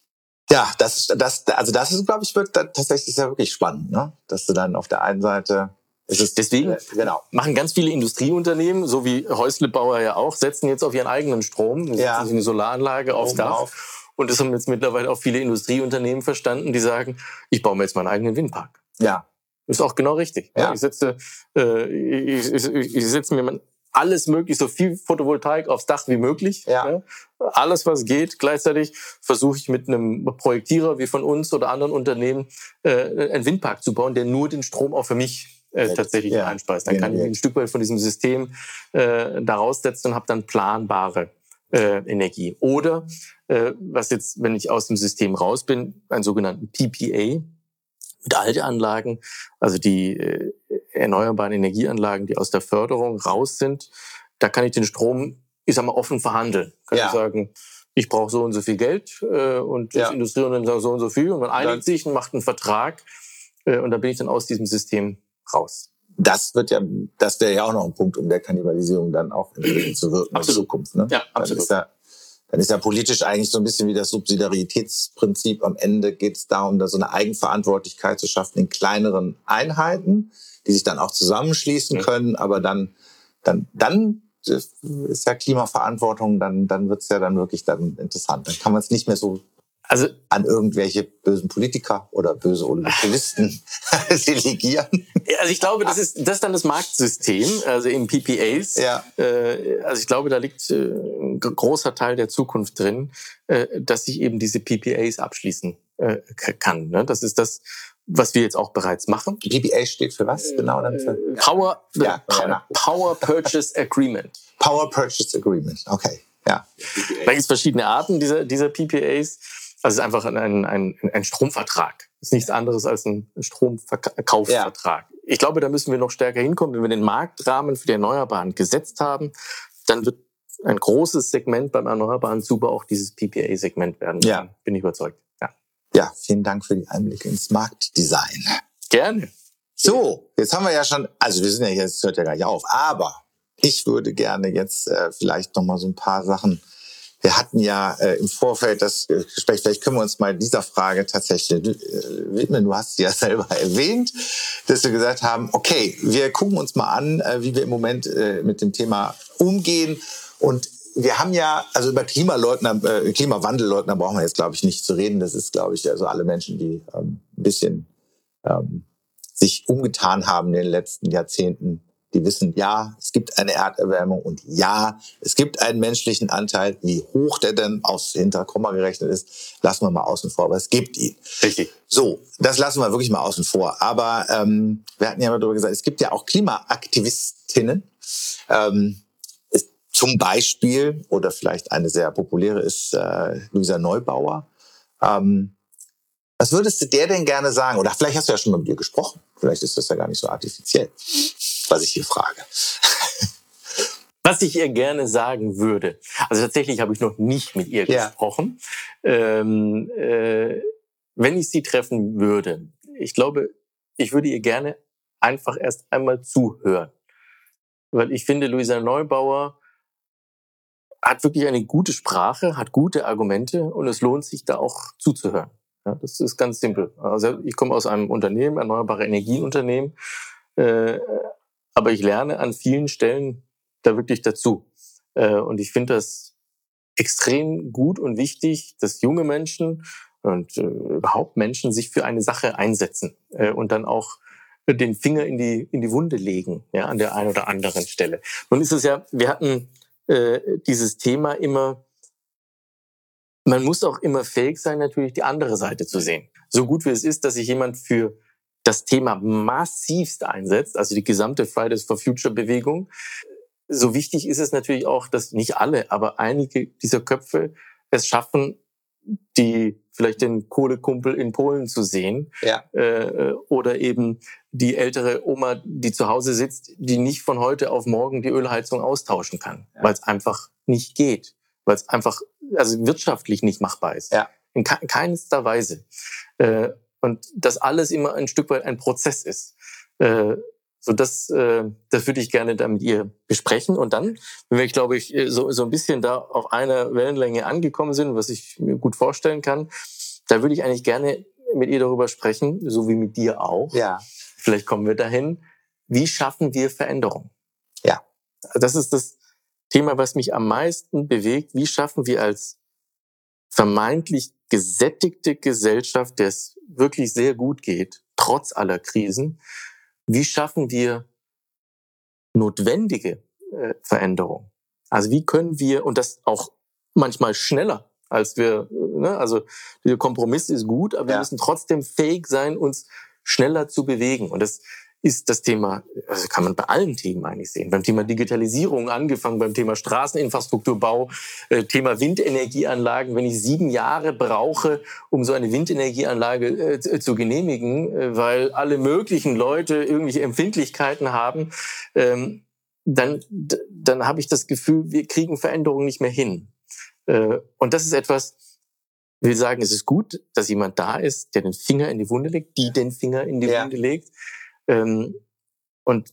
Ja, das ist, das, also das ist, glaube ich, wird tatsächlich sehr wirklich spannend, ne? Dass du dann auf der einen Seite, ist es deswegen äh, genau. machen ganz viele Industrieunternehmen, so wie Häuslebauer ja auch, setzen jetzt auf ihren eigenen Strom, die ja. setzen sich eine Solaranlage aufs Dach. Auf. Und das haben jetzt mittlerweile auch viele Industrieunternehmen verstanden, die sagen, ich baue mir jetzt meinen eigenen Windpark. Ja. Ist auch genau richtig. Ja. Ich setze, äh, ich, ich, ich setze mir mein alles möglich, so viel Photovoltaik aufs Dach wie möglich. Ja. Ja. Alles, was geht. Gleichzeitig versuche ich mit einem Projektierer wie von uns oder anderen Unternehmen äh, einen Windpark zu bauen, der nur den Strom auch für mich äh, tatsächlich ja. einspeist. Dann kann ich ein Stück weit von diesem System äh, da raussetzen und habe dann planbare äh, Energie. Oder, äh, was jetzt, wenn ich aus dem System raus bin, einen sogenannten P P A mit Altanlagen, also die äh, erneuerbaren Energieanlagen, die aus der Förderung raus sind, da kann ich den Strom, ich sag mal, offen verhandeln. Kann ja. ich sagen, ich brauche so und so viel Geld äh, und das ja. Industrieunternehmen sagt so und so viel und man einigt sich und macht einen Vertrag äh, und da bin ich dann aus diesem System raus. Das wird ja, das wäre ja auch noch ein Punkt, um der Kannibalisierung dann auch entgegenzuwirken in Zukunft. Ne? Ja, absolut. Dann ist ja, dann ist ja politisch eigentlich so ein bisschen wie das Subsidiaritätsprinzip. Am Ende geht es darum, da so eine Eigenverantwortlichkeit zu schaffen in kleineren Einheiten, die sich dann auch zusammenschließen können, aber dann, dann, dann ist ja Klimaverantwortung, dann, dann wird's ja dann wirklich dann interessant. Dann kann man es nicht mehr so also, an irgendwelche bösen Politiker oder böse Oligopolisten delegieren. Also ich glaube, das ist, das ist dann das Marktsystem, also in P P As. Ja. Äh, also ich glaube, da liegt äh, ein großer Teil der Zukunft drin, äh, dass sich eben diese P P As abschließen äh, kann. Ne? Das ist das, was wir jetzt auch bereits machen. P P A steht für was genau? Dann für, ja. Power, ja, Power, ja. Power Purchase Agreement. Power Purchase Agreement, okay. Ja. Da gibt es verschiedene Arten dieser, dieser P P As. Also es ist einfach ein, ein, ein Stromvertrag. Das ist nichts anderes als ein Stromkaufvertrag. Ja. Ich glaube, da müssen wir noch stärker hinkommen. Wenn wir den Marktrahmen für die Erneuerbaren gesetzt haben, dann wird ein großes Segment beim Erneuerbaren super auch dieses P P A-Segment werden. Ja. Bin ich überzeugt. Ja. Ja, vielen Dank für die Einblicke ins Marktdesign. Gerne. So, jetzt haben wir ja schon, also wir sind ja jetzt, hört ja gar nicht auf, aber ich würde gerne jetzt äh, vielleicht noch mal so ein paar Sachen. Wir hatten ja äh, im Vorfeld das Gespräch, vielleicht können wir uns mal dieser Frage tatsächlich äh, widmen. Du hast sie ja selber erwähnt, dass wir gesagt haben, okay, wir gucken uns mal an, äh, wie wir im Moment äh, mit dem Thema umgehen. Und wir haben ja, also über Klimaleugner, äh, Klimawandelleugner brauchen wir jetzt, glaube ich, nicht zu reden. Das ist, glaube ich, also alle Menschen, die ähm, ein bisschen ähm, sich umgetan haben in den letzten Jahrzehnten, die wissen, ja, es gibt eine Erderwärmung und ja, es gibt einen menschlichen Anteil. Wie hoch der denn aus hinter Komma gerechnet ist, lassen wir mal außen vor, aber es gibt ihn. Richtig. So, das lassen wir wirklich mal außen vor. Aber ähm, wir hatten ja mal darüber gesagt, es gibt ja auch Klimaaktivistinnen. Ähm, ist zum Beispiel, oder vielleicht eine sehr populäre ist äh, Luisa Neubauer. Ähm, was würdest du der denn gerne sagen? Oder vielleicht hast du ja schon mal mit ihr gesprochen. Vielleicht ist das ja gar nicht so artifiziell, was ich hier frage. Was ich ihr gerne sagen würde. Also tatsächlich habe ich noch nicht mit ihr ja. gesprochen. Ähm, äh, wenn ich sie treffen würde, ich glaube, ich würde ihr gerne einfach erst einmal zuhören. Weil ich finde, Luisa Neubauer hat wirklich eine gute Sprache, hat gute Argumente und es lohnt sich da auch zuzuhören. Ja, das ist ganz simpel. Also ich komme aus einem Unternehmen, erneuerbare Energieunternehmen, äh, aber ich lerne an vielen Stellen da wirklich dazu. Äh, und ich finde das extrem gut und wichtig, dass junge Menschen und äh, überhaupt Menschen sich für eine Sache einsetzen äh, und dann auch den Finger in die in die Wunde legen, ja, an der einen oder anderen Stelle. Nun ist es ja, wir hatten äh, dieses Thema immer. Man muss auch immer fähig sein, natürlich die andere Seite zu sehen. So gut wie es ist, dass sich jemand für das Thema massivst einsetzt, also die gesamte Fridays for Future Bewegung, so wichtig ist es natürlich auch, dass nicht alle, aber einige dieser Köpfe es schaffen, die vielleicht den Kohlekumpel in Polen zu sehen, ja. äh, oder eben die ältere Oma, die zu Hause sitzt, die nicht von heute auf morgen die Ölheizung austauschen kann, ja. weil es einfach nicht geht, weil es einfach also wirtschaftlich nicht machbar ist, ja. in ke- keinster Weise. Äh, und das alles immer ein Stück weit ein Prozess ist. Äh, so das, äh, das würde ich gerne da mit ihr besprechen. Und dann, wenn wir, glaube ich, so, so ein bisschen da auf einer Wellenlänge angekommen sind, was ich mir gut vorstellen kann, da würde ich eigentlich gerne mit ihr darüber sprechen, so wie mit dir auch. Ja. Vielleicht kommen wir dahin. Wie schaffen wir Veränderung? Ja. Das ist das Thema, was mich am meisten bewegt. Wie schaffen wir als vermeintlich gesättigte Gesellschaft, der es wirklich sehr gut geht, trotz aller Krisen, wie schaffen wir notwendige äh, Veränderung? Also wie können wir, und das auch manchmal schneller, als wir, ne, also der Kompromiss ist gut, aber ja. wir müssen trotzdem fähig sein, uns schneller zu bewegen. Und das ist das Thema, also kann man bei allen Themen eigentlich sehen. Beim Thema Digitalisierung angefangen, beim Thema Straßeninfrastrukturbau, äh, Thema Windenergieanlagen. Wenn ich sieben Jahre brauche, um so eine Windenergieanlage äh, zu genehmigen, äh, weil alle möglichen Leute irgendwelche Empfindlichkeiten haben, ähm, dann, d- dann habe ich das Gefühl, wir kriegen Veränderungen nicht mehr hin. Äh, und das ist etwas, ich will sagen, es ist gut, dass jemand da ist, der den Finger in die Wunde legt, die den Finger in die Ja. Wunde legt. Ähm, und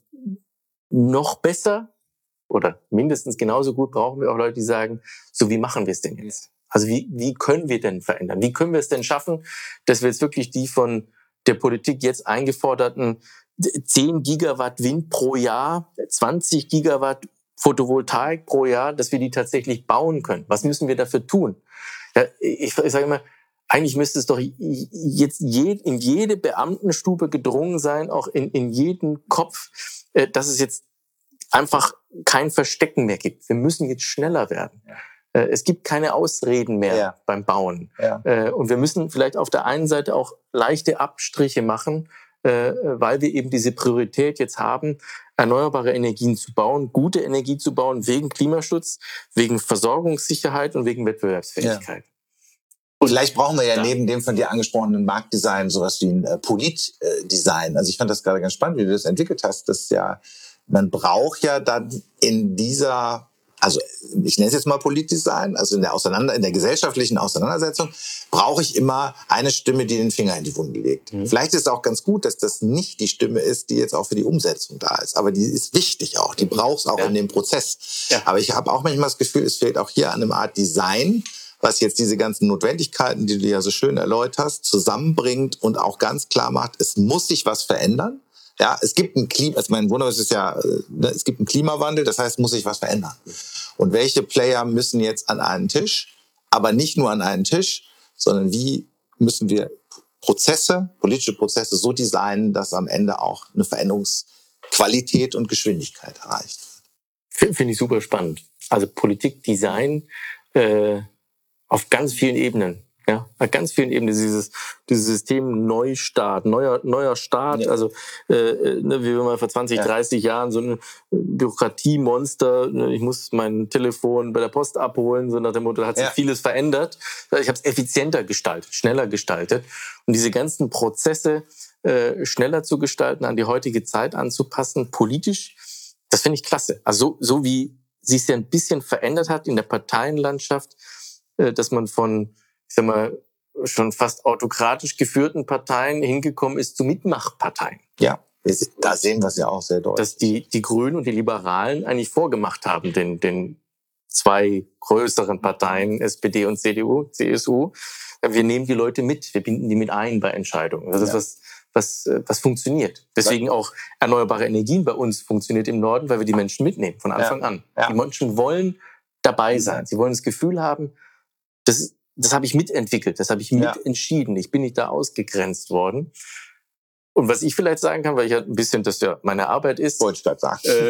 noch besser oder mindestens genauso gut brauchen wir auch Leute, die sagen, so wie machen wir es denn jetzt? Also wie, wie können wir denn verändern? Wie können wir es denn schaffen, dass wir jetzt wirklich die von der Politik jetzt eingeforderten zehn Gigawatt Wind pro Jahr, zwanzig Gigawatt Photovoltaik pro Jahr, dass wir die tatsächlich bauen können? Was müssen wir dafür tun? Ja, ich, ich sage immer, eigentlich müsste es doch jetzt in jede Beamtenstube gedrungen sein, auch in, in jeden Kopf, dass es jetzt einfach kein Verstecken mehr gibt. Wir müssen jetzt schneller werden. Ja. Es gibt keine Ausreden mehr ja. beim Bauen. Ja. Und wir müssen vielleicht auf der einen Seite auch leichte Abstriche machen, weil wir eben diese Priorität jetzt haben, erneuerbare Energien zu bauen, gute Energie zu bauen, wegen Klimaschutz, wegen Versorgungssicherheit und wegen Wettbewerbsfähigkeit. Ja. Und vielleicht brauchen wir ja, ja neben dem von dir angesprochenen Marktdesign sowas wie ein äh, Politdesign. Also ich fand das gerade ganz spannend, wie du das entwickelt hast. Das ja, man braucht ja dann in dieser, also ich nenne es jetzt mal Politdesign, also in der Auseinander, in der gesellschaftlichen Auseinandersetzung brauche ich immer eine Stimme, die den Finger in die Wunde legt. Mhm. Vielleicht ist es auch ganz gut, dass das nicht die Stimme ist, die jetzt auch für die Umsetzung da ist. Aber die ist wichtig auch. Die braucht es auch ja. in dem Prozess. Ja. Aber ich habe auch manchmal das Gefühl, es fehlt auch hier an einer Art Design, was jetzt diese ganzen Notwendigkeiten, die du ja so schön erläutert hast, zusammenbringt und auch ganz klar macht, es muss sich was verändern. Ja, es gibt ein Klima, also mein Wunder ist ja, es gibt einen Klimawandel, das heißt, muss sich was verändern. Und welche Player müssen jetzt an einen Tisch, aber nicht nur an einen Tisch, sondern wie müssen wir Prozesse, politische Prozesse so designen, dass am Ende auch eine Veränderungsqualität und Geschwindigkeit erreicht wird. Finde ich super spannend. Also Politik, Design, äh auf ganz vielen Ebenen, ja, auf ganz vielen Ebenen dieses dieses System Neustart, neuer neuer Start, ja. also äh, ne, wie wir mal vor zwanzig, ja. dreißig Jahren so ein Bürokratiemonster, ne, ich muss mein Telefon bei der Post abholen, so nach dem Motto, da hat sich ja. vieles verändert. Ich habe es effizienter gestaltet, schneller gestaltet und diese ganzen Prozesse äh, schneller zu gestalten, an die heutige Zeit anzupassen, politisch, das finde ich klasse. Also so, so wie sich es ja ein bisschen verändert hat in der Parteienlandschaft, dass man von, ich sag mal, schon fast autokratisch geführten Parteien hingekommen ist zu Mitmachparteien. Ja, da sehen wir es ja auch sehr deutlich. Dass die, die Grünen und die Liberalen eigentlich vorgemacht haben, den, den zwei größeren Parteien, S P D und C D U, C S U. Wir nehmen die Leute mit, wir binden die mit ein bei Entscheidungen. Das ist ja. was, was, was funktioniert. Deswegen auch erneuerbare Energien bei uns funktioniert im Norden, weil wir die Menschen mitnehmen, von Anfang ja. an. Ja. Die Menschen wollen dabei sein. Sie wollen das Gefühl haben, Das, das habe ich mitentwickelt, das habe ich mitentschieden. Ja. Ich bin nicht da ausgegrenzt worden. Und was ich vielleicht sagen kann, weil ich ja ein bisschen, das ja meine Arbeit ist. Wollte ich das sagen. Äh,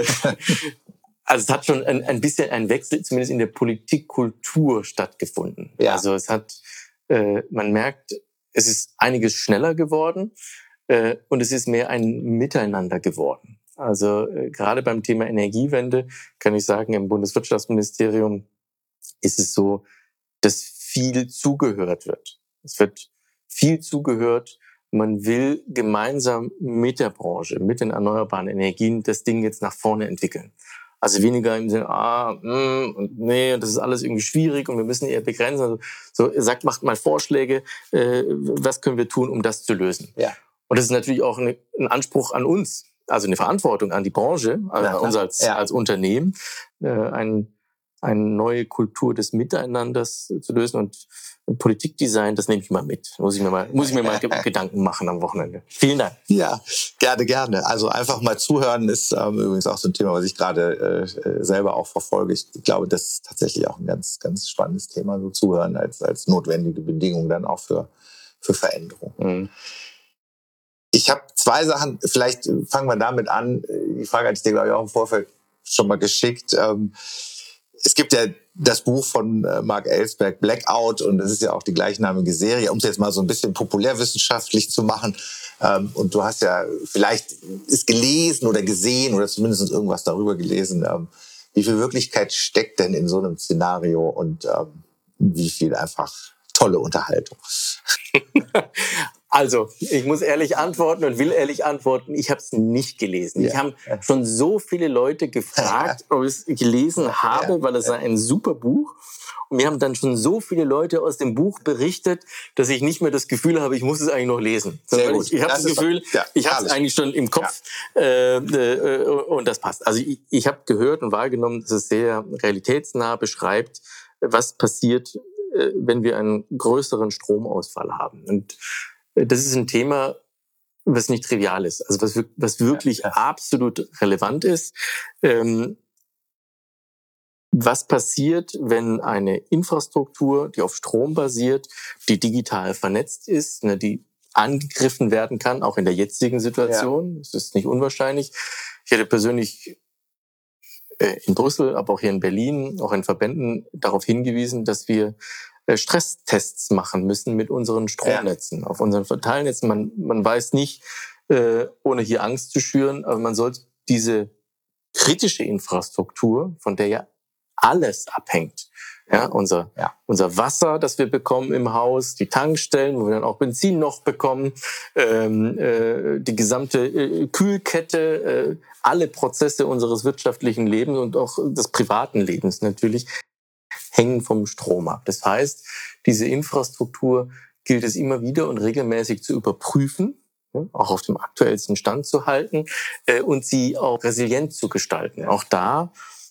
also es hat schon ein, ein bisschen ein Wechsel, zumindest in der Politikkultur stattgefunden. Ja. Also es hat, äh, man merkt, es ist einiges schneller geworden äh, und es ist mehr ein Miteinander geworden. Also äh, gerade beim Thema Energiewende kann ich sagen, im Bundeswirtschaftsministerium ist es so, dass viel zugehört wird. Es wird viel zugehört. Man will gemeinsam mit der Branche, mit den erneuerbaren Energien das Ding jetzt nach vorne entwickeln. Also weniger im Sinne, ah, mh, und nee, das ist alles irgendwie schwierig und wir müssen eher begrenzen. Also, so, sagt, macht mal Vorschläge, äh, was können wir tun, um das zu lösen. Ja. Und das ist natürlich auch eine, ein Anspruch an uns, also eine Verantwortung an die Branche, also an uns als, ja. als Unternehmen, äh, ein, eine neue Kultur des Miteinanders zu lösen. Und Politikdesign, das nehme ich mal mit. Muss ich mir mal, muss ich mir mal Gedanken machen am Wochenende. Vielen Dank. Ja, gerne, gerne. Also einfach mal zuhören ist ähm, übrigens auch so ein Thema, was ich gerade äh, selber auch verfolge. Ich glaube, das ist tatsächlich auch ein ganz, ganz spannendes Thema, so zuhören als, als notwendige Bedingung dann auch für, für Veränderung. Mhm. Ich habe zwei Sachen, vielleicht fangen wir damit an. Die Frage hatte ich dir, glaube ich, auch im Vorfeld schon mal geschickt. Ähm, Es gibt ja das Buch von Mark Ellsberg, Blackout, und das ist ja auch die gleichnamige Serie, um es jetzt mal so ein bisschen populärwissenschaftlich zu machen. Und du hast ja vielleicht es gelesen oder gesehen oder zumindest irgendwas darüber gelesen. Wie viel Wirklichkeit steckt denn in so einem Szenario und wie viel einfach tolle Unterhaltung? Also, ich muss ehrlich antworten und will ehrlich antworten, ich habe es nicht gelesen. Ja. Ich habe schon so viele Leute gefragt, ob ich es gelesen habe, ja. weil es sei ein super Buch. Und mir haben dann schon so viele Leute aus dem Buch berichtet, dass ich nicht mehr das Gefühl habe, ich muss es eigentlich noch lesen. Sehr gut. Ich, ich habe das, das Gefühl, ja, ich habe es eigentlich schon im Kopf ja. äh, äh, und das passt. Also ich, ich habe gehört und wahrgenommen, dass es sehr realitätsnah beschreibt, was passiert, äh, wenn wir einen größeren Stromausfall haben. Und das ist ein Thema, was nicht trivial ist, also was, was wirklich ja, absolut relevant ist. Ähm, was passiert, wenn eine Infrastruktur, die auf Strom basiert, die digital vernetzt ist, ne, die angegriffen werden kann, auch in der jetzigen Situation? Ja. Das ist nicht unwahrscheinlich. Ich hätte persönlich äh, in Brüssel, aber auch hier in Berlin, auch in Verbänden darauf hingewiesen, dass wir Stresstests machen müssen mit unseren Stromnetzen, ja. auf unseren Verteilnetzen. Man, man weiß nicht, äh, ohne hier Angst zu schüren, aber man sollte diese kritische Infrastruktur, von der ja alles abhängt, ja, unser, ja. unser Wasser, das wir bekommen im Haus, die Tankstellen, wo wir dann auch Benzin noch bekommen, ähm, äh, die gesamte äh, Kühlkette, äh, alle Prozesse unseres wirtschaftlichen Lebens und auch des privaten Lebens natürlich, hängen vom Strom ab. Das heißt, diese Infrastruktur gilt es immer wieder und regelmäßig zu überprüfen, auch auf dem aktuellsten Stand zu halten und sie auch resilient zu gestalten. Auch da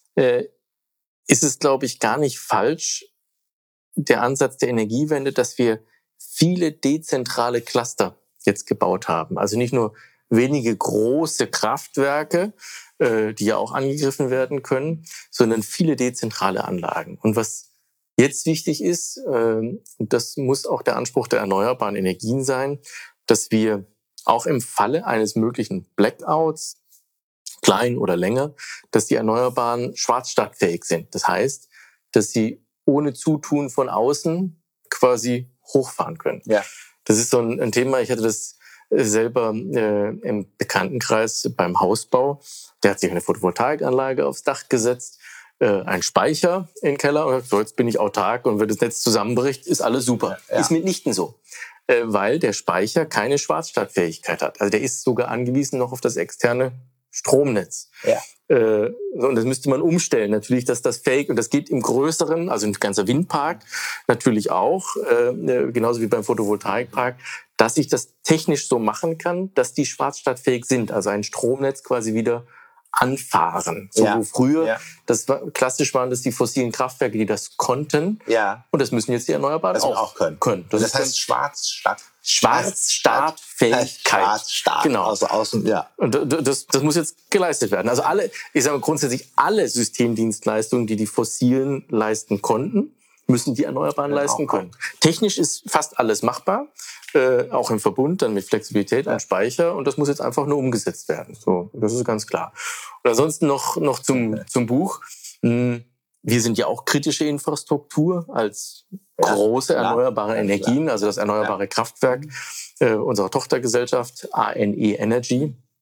ist es, glaube ich, gar nicht falsch, der Ansatz der Energiewende, dass wir viele dezentrale Cluster jetzt gebaut haben. Also nicht nur wenige große Kraftwerke, die ja auch angegriffen werden können, sondern viele dezentrale Anlagen. Und was jetzt wichtig ist, und das muss auch der Anspruch der erneuerbaren Energien sein, dass wir auch im Falle eines möglichen Blackouts, klein oder länger, dass die Erneuerbaren schwarzstartfähig sind. Das heißt, dass sie ohne Zutun von außen quasi hochfahren können. Ja. Das ist so ein, ein Thema, ich hatte das selber äh, im Bekanntenkreis beim Hausbau. Der hat sich eine Photovoltaikanlage aufs Dach gesetzt, äh, ein Speicher in den Keller und sagt, so, jetzt bin ich autark und wenn das Netz zusammenbricht, ist alles super. Ja. Ist mitnichten so, äh, weil der Speicher keine Schwarzstartfähigkeit hat. Also der ist sogar angewiesen noch auf das externe Stromnetz. Ja. Äh, und das müsste man umstellen. Natürlich, dass das fähig, und das geht im Größeren, also ein ganzer Windpark natürlich auch, äh, genauso wie beim Photovoltaikpark, dass ich das technisch so machen kann, dass die schwarzstartfähig sind, also ein Stromnetz quasi wieder anfahren. So ja. Wo früher, ja. das war, klassisch waren das die fossilen Kraftwerke, die das konnten. Ja. Und das müssen jetzt die Erneuerbaren auch, auch können. können. Das, das heißt Schwarzstart. Schwarzstartfähigkeit. Schwarzstart. Genau. Also außen, ja. Und das, das muss jetzt geleistet werden. Also alle, ich sage mal grundsätzlich alle Systemdienstleistungen, die die Fossilen leisten konnten, müssen die Erneuerbaren ja, leisten können. Auch. Technisch ist fast alles machbar, äh, auch im Verbund dann mit Flexibilität ja. und Speicher, und das muss jetzt einfach nur umgesetzt werden. So, das ist ganz klar. Und ansonsten noch noch zum okay. zum Buch. Wir sind ja auch kritische Infrastruktur als ja, große klar. erneuerbare ja, Energien, klar. also das erneuerbare ja. Kraftwerk äh, unserer Tochtergesellschaft A N E Energy.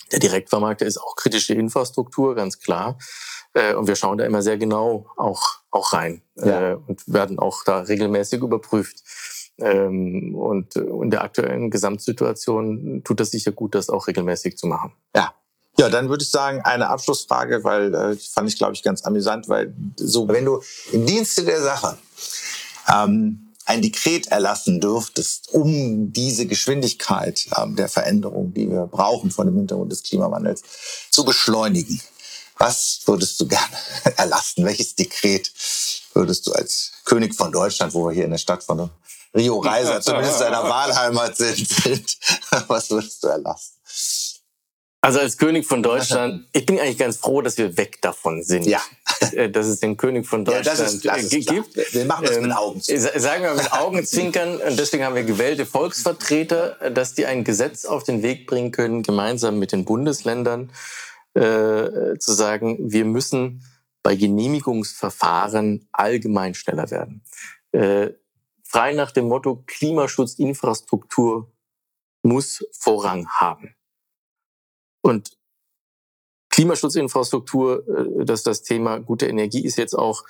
Der Direktvermarkter ist auch kritische Infrastruktur, ganz klar. Und wir schauen da immer sehr genau auch, auch rein ja. und werden auch da regelmäßig überprüft. Und in der aktuellen Gesamtsituation tut das sicher gut, das auch regelmäßig zu machen. Ja. Ja, dann würde ich sagen, eine Abschlussfrage, weil äh, fand ich, glaube ich, ganz amüsant, weil so, wenn du im Dienste der Sache ähm, ein Dekret erlassen dürftest, um diese Geschwindigkeit ähm, der Veränderung, die wir brauchen vor dem Hintergrund des Klimawandels, zu beschleunigen, was würdest du gerne erlassen? Welches Dekret würdest du als König von Deutschland, wo wir hier in der Stadt von Rio Reiser zumindest seiner Wahlheimat sind, sind, was würdest du erlassen? Also als König von Deutschland, ich bin eigentlich ganz froh, dass wir weg davon sind. Ja. Dass es den König von Deutschland ja, das ist, das ist gibt. Klar. Wir machen das ähm, mit Augenzwinkern. Sagen wir mit Augenzwinkern. Und deswegen haben wir gewählte Volksvertreter, dass die ein Gesetz auf den Weg bringen können, gemeinsam mit den Bundesländern, äh, zu sagen, wir müssen bei Genehmigungsverfahren allgemein schneller werden. Äh, frei nach dem Motto, Klimaschutzinfrastruktur muss Vorrang haben. Und Klimaschutzinfrastruktur, das ist das Thema, gute Energie ist jetzt auch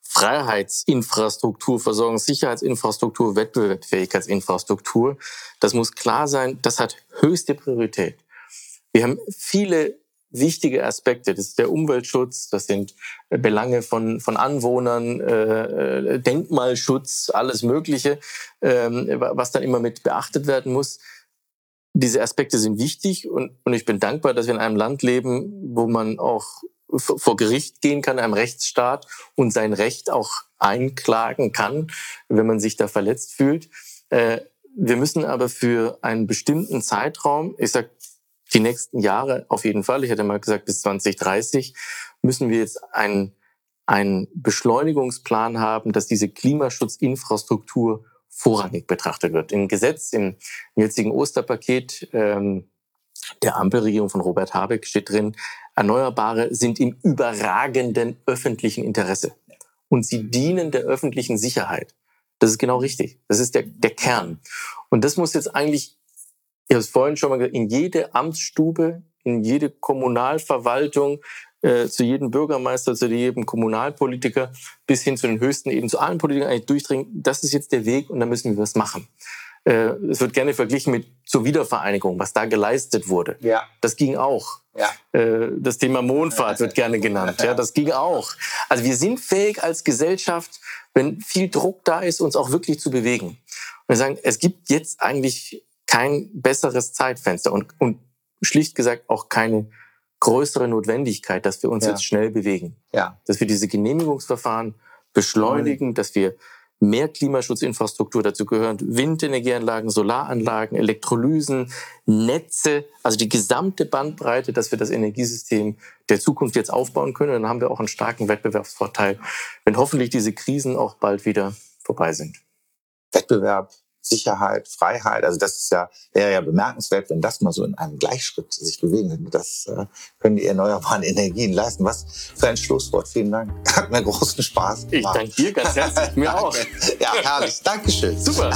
Freiheitsinfrastruktur, Versorgungssicherheitsinfrastruktur, Wettbewerbsfähigkeitsinfrastruktur. Das muss klar sein, das hat höchste Priorität. Wir haben viele wichtige Aspekte. Das ist der Umweltschutz, das sind Belange von, von Anwohnern, äh, Denkmalschutz, alles Mögliche, ähm, was dann immer mit beachtet werden muss. Diese Aspekte sind wichtig und, und ich bin dankbar, dass wir in einem Land leben, wo man auch vor Gericht gehen kann, einem Rechtsstaat und sein Recht auch einklagen kann, wenn man sich da verletzt fühlt. Äh, wir müssen aber für einen bestimmten Zeitraum, ich sag die nächsten Jahre auf jeden Fall, ich hätte mal gesagt bis zwanzig dreißig, müssen wir jetzt einen, einen Beschleunigungsplan haben, dass diese Klimaschutzinfrastruktur vorrangig betrachtet wird. Im Gesetz, im jetzigen Osterpaket ähm, der Ampelregierung von Robert Habeck steht drin, Erneuerbare sind im überragenden öffentlichen Interesse und sie dienen der öffentlichen Sicherheit. Das ist genau richtig. Das ist der, der Kern. Und das muss jetzt eigentlich, ich habe es vorhin schon mal gesagt, in jede Amtsstube, in jede Kommunalverwaltung, äh, zu jedem Bürgermeister, zu jedem Kommunalpolitiker, bis hin zu den höchsten Ebenen, zu allen Politikern eigentlich durchdringen. Das ist jetzt der Weg und da müssen wir was machen. Äh, es wird gerne verglichen mit zur Wiedervereinigung, was da geleistet wurde. Ja. Das ging auch. Ja. Äh, das Thema Mondfahrt wird gerne genannt. Ja, das ging auch. Also wir sind fähig als Gesellschaft, wenn viel Druck da ist, uns auch wirklich zu bewegen. Und wir sagen, es gibt jetzt eigentlich kein besseres Zeitfenster und, und schlicht gesagt auch keine größere Notwendigkeit, dass wir uns ja. jetzt schnell bewegen. Ja. Dass wir diese Genehmigungsverfahren beschleunigen, mhm. dass wir mehr Klimaschutzinfrastruktur, dazu gehören Windenergieanlagen, Solaranlagen, Elektrolysen, Netze, also die gesamte Bandbreite, dass wir das Energiesystem der Zukunft jetzt aufbauen können. Dann haben wir auch einen starken Wettbewerbsvorteil, wenn hoffentlich diese Krisen auch bald wieder vorbei sind. Wettbewerb, Sicherheit, Freiheit, also das ist ja, wäre ja bemerkenswert, wenn das mal so in einem Gleichschritt sich bewegen könnte. Das äh, können die erneuerbaren Energien leisten. Was für ein Schlusswort. Vielen Dank. Hat mir großen Spaß gemacht. Ich danke dir ganz herzlich. Mir auch. Ja, herrlich. Dankeschön. Super.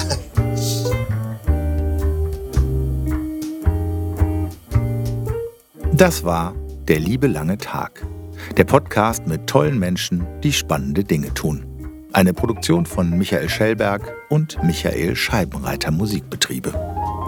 Das war Der liebe lange Tag. Der Podcast mit tollen Menschen, die spannende Dinge tun. Eine Produktion von Michael Schellberg und Michael Scheibenreiter Musikbetriebe.